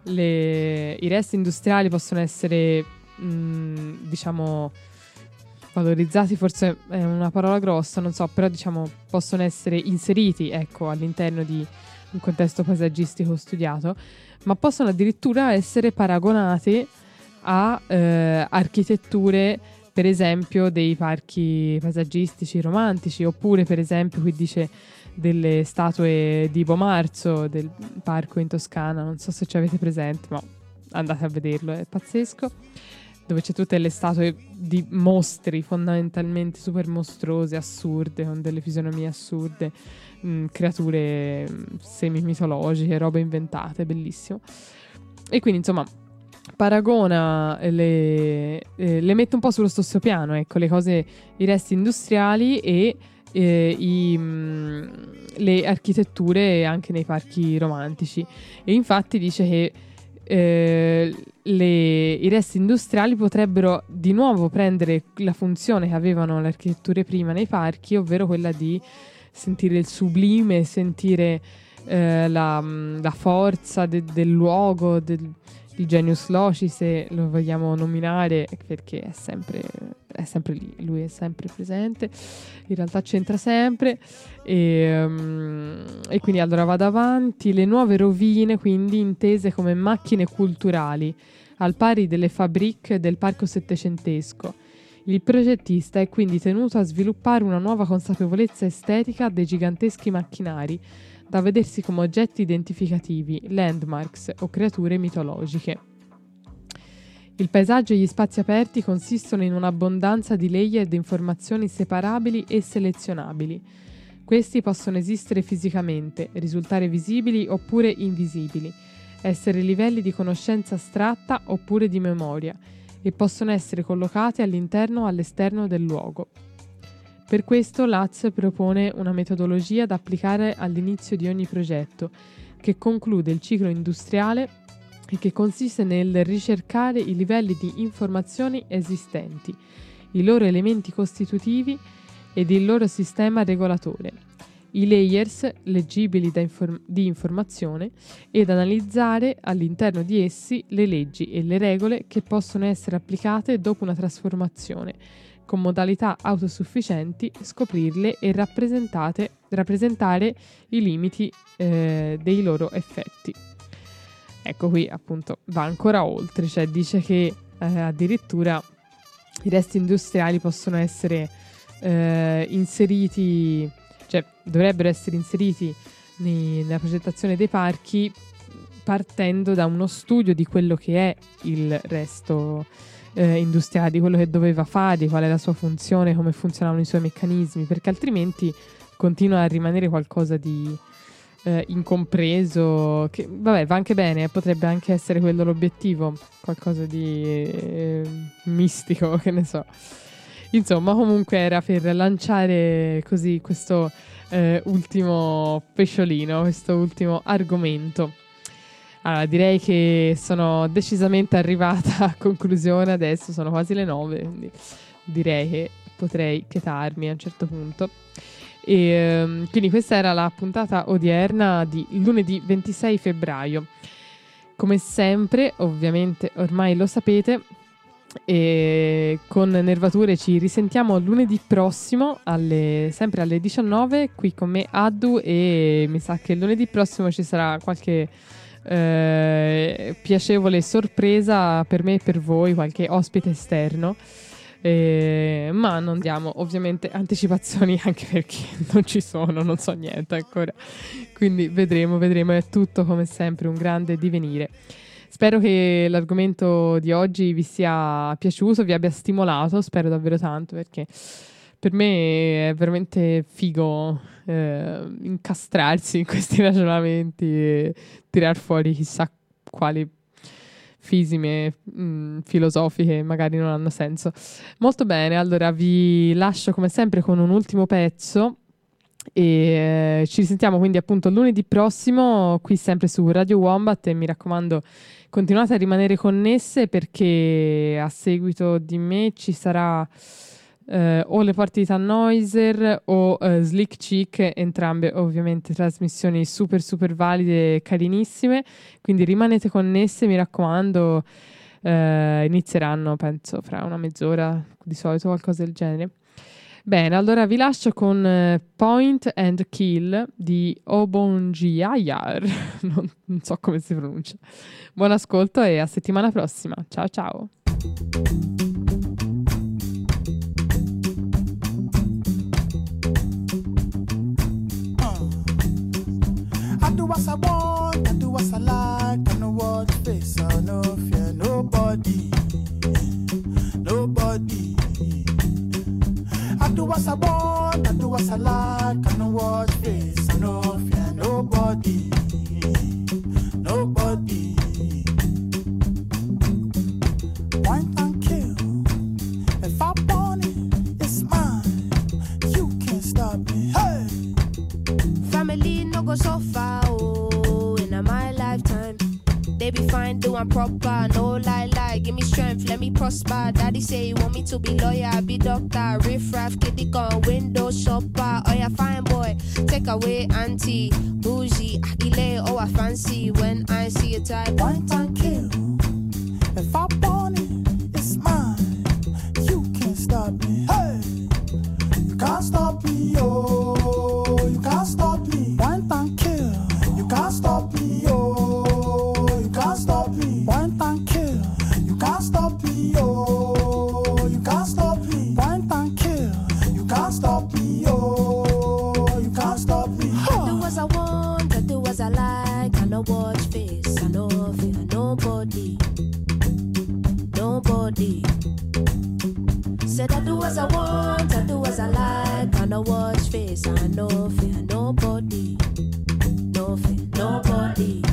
le, i resti industriali possono essere, um, diciamo, valorizzati, forse è una parola grossa, non so, però diciamo possono essere inseriti, ecco, all'interno di un contesto paesaggistico studiato, ma possono addirittura essere paragonati a eh, architetture, per esempio, dei parchi paesaggistici romantici, oppure per esempio qui dice delle statue di Bomarzo, del parco in Toscana, non so se ci avete presente, ma andate a vederlo, è pazzesco, dove c'è tutte le statue di mostri fondamentalmente super mostruose, assurde, con delle fisionomie assurde, mh, creature semi-mitologiche, robe inventate, bellissimo. E quindi insomma paragona, le, eh, le mette un po' sullo stesso piano, ecco, le cose, i resti industriali e eh, i, mh, le architetture anche nei parchi romantici. E infatti dice che eh, le, i resti industriali potrebbero di nuovo prendere la funzione che avevano le architetture prima nei parchi, ovvero quella di sentire il sublime, sentire eh, la, la forza de, del luogo, del il genius loci, se lo vogliamo nominare, perché è sempre, è sempre lì, lui è sempre presente, in realtà c'entra sempre, e, um, e quindi allora vado avanti. Le nuove rovine quindi intese come macchine culturali, al pari delle fabriche del parco settecentesco. Il progettista è quindi tenuto a sviluppare una nuova consapevolezza estetica dei giganteschi macchinari, da vedersi come oggetti identificativi, landmarks o creature mitologiche. Il paesaggio e gli spazi aperti consistono in un'abbondanza di layer di informazioni separabili e selezionabili. Questi possono esistere fisicamente, risultare visibili oppure invisibili, essere livelli di conoscenza astratta oppure di memoria, e possono essere collocati all'interno o all'esterno del luogo. Per questo Latz propone una metodologia da applicare all'inizio di ogni progetto, che conclude il ciclo industriale e che consiste nel ricercare i livelli di informazioni esistenti, i loro elementi costitutivi ed il loro sistema regolatore. i layers leggibili da inform- di informazione ed analizzare all'interno di essi le leggi e le regole che possono essere applicate dopo una trasformazione, con modalità autosufficienti, scoprirle e rappresentate, rappresentare i limiti eh, dei loro effetti. Ecco, qui appunto va ancora oltre, cioè dice che eh, addirittura i resti industriali possono essere eh, inseriti, cioè dovrebbero essere inseriti nei, nella progettazione dei parchi partendo da uno studio di quello che è il resto eh, industriale, di quello che doveva fare, di qual è la sua funzione, come funzionavano i suoi meccanismi, perché altrimenti continua a rimanere qualcosa di eh, incompreso, che vabbè va anche bene, potrebbe anche essere quello l'obiettivo, qualcosa di eh, mistico, che ne so. Insomma, comunque era per lanciare così questo eh, ultimo pesciolino, questo ultimo argomento. Allora, direi che sono decisamente arrivata a conclusione adesso, sono quasi le nove, quindi direi che potrei chetarmi a un certo punto. E, um, quindi questa era la puntata odierna di lunedì ventisei febbraio. Come sempre, ovviamente ormai lo sapete, e con Nervature ci risentiamo lunedì prossimo alle, sempre alle diciannove qui con me Addu, e mi sa che lunedì prossimo ci sarà qualche eh, piacevole sorpresa per me e per voi, qualche ospite esterno, eh, ma non diamo ovviamente anticipazioni anche perché non ci sono, non so niente ancora, quindi vedremo, vedremo, è tutto come sempre un grande divenire. Spero che l'argomento di oggi vi sia piaciuto, vi abbia stimolato, spero davvero tanto, perché per me è veramente figo eh, incastrarsi in questi ragionamenti e tirar fuori chissà quali fisime mh, filosofiche magari non hanno senso. Molto bene, allora vi lascio come sempre con un ultimo pezzo e eh, ci risentiamo quindi appunto lunedì prossimo qui sempre su Radio Wombat, e mi raccomando continuate a rimanere connesse perché a seguito di me ci sarà eh, o le porte di Tannhäuser o eh, Slick Chick, entrambe ovviamente trasmissioni super super valide e carinissime, quindi rimanete connesse, mi raccomando. Eh, inizieranno penso fra una mezz'ora di solito, qualcosa del genere. Bene, allora vi lascio con uh, Point and Kill di Obongiayar, non, non so come si pronuncia. Buon ascolto e a settimana prossima. Ciao ciao. I do what I want, I do what I like, I know what face, I no fear nobody, nobody. I do what I want, I do what I like, I know what face, I no fear nobody, nobody. Point and kill, if I want it, it's mine, you can't stop me, hey! Family no go so far, oh, in my lifetime. They be fine, doing proper, no lie, lie. Give me strength, let me prosper. Daddy say you want me to be lawyer, I be doctor. Riff raff, kitty gun, window shopper. Oh yeah, fine boy, take away auntie, bougie, agile, oh I fancy. When I see a type, Point and kill, if I want it, it's mine. You can't stop me, hey! You can't stop me, oh, you can't stop me. Point and kill, you can't stop me, oh, you can't stop me. Point and kill, you can't stop me, oh, you can't stop me. Point and kill, you can't stop me, oh, you can't stop me. I do as I want, I do as I like. I know watch face, I know fear nobody, nobody. Said I do as I want, I do as I like. I know watch face, I know fear nobody, no fear nobody.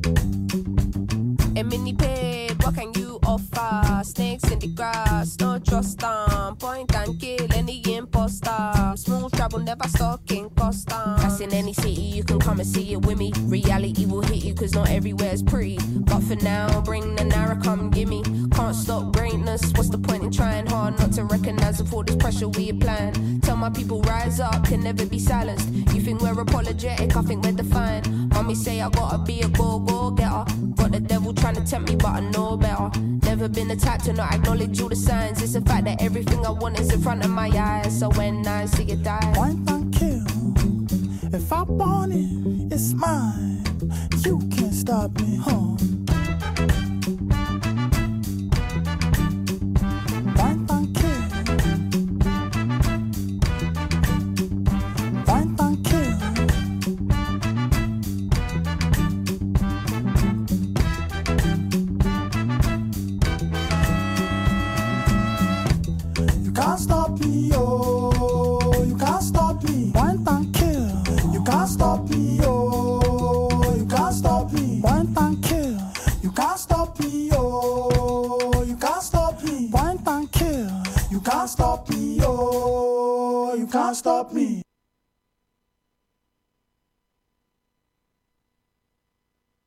A mini pig, what can you offer? Snakes in the grass, no trust them. Point and kill any imposter. Smooth travel, never stalking Costa. Pass in any city, you can come and see it with me. Reality will hit you, cause not everywhere's pretty. But for now, bring the Nara, come gimme. Can't stop greatness, what's the point in trying hard not to recognize of all this pressure we applying? Tell my people rise up, can never be silenced. You think we're apologetic, I think we're defiant. Mommy say I gotta be a go-go-getter. Got the devil trying to tempt me, but I know better. Never been the type to not acknowledge all the signs. It's the fact that everything I want is in front of my eyes. So when I see it die, Point and kill. If I want it, it's mine. You can't stop me, huh? Point and kill. Point and kill. You can't stop me, oh. You can't stop me. Point and kill. You can't stop me, oh. You can't stop me. Point and kill. You can't stop me, oh. You can't stop me. Point and kill. You can't stop me, oh. You can't stop me.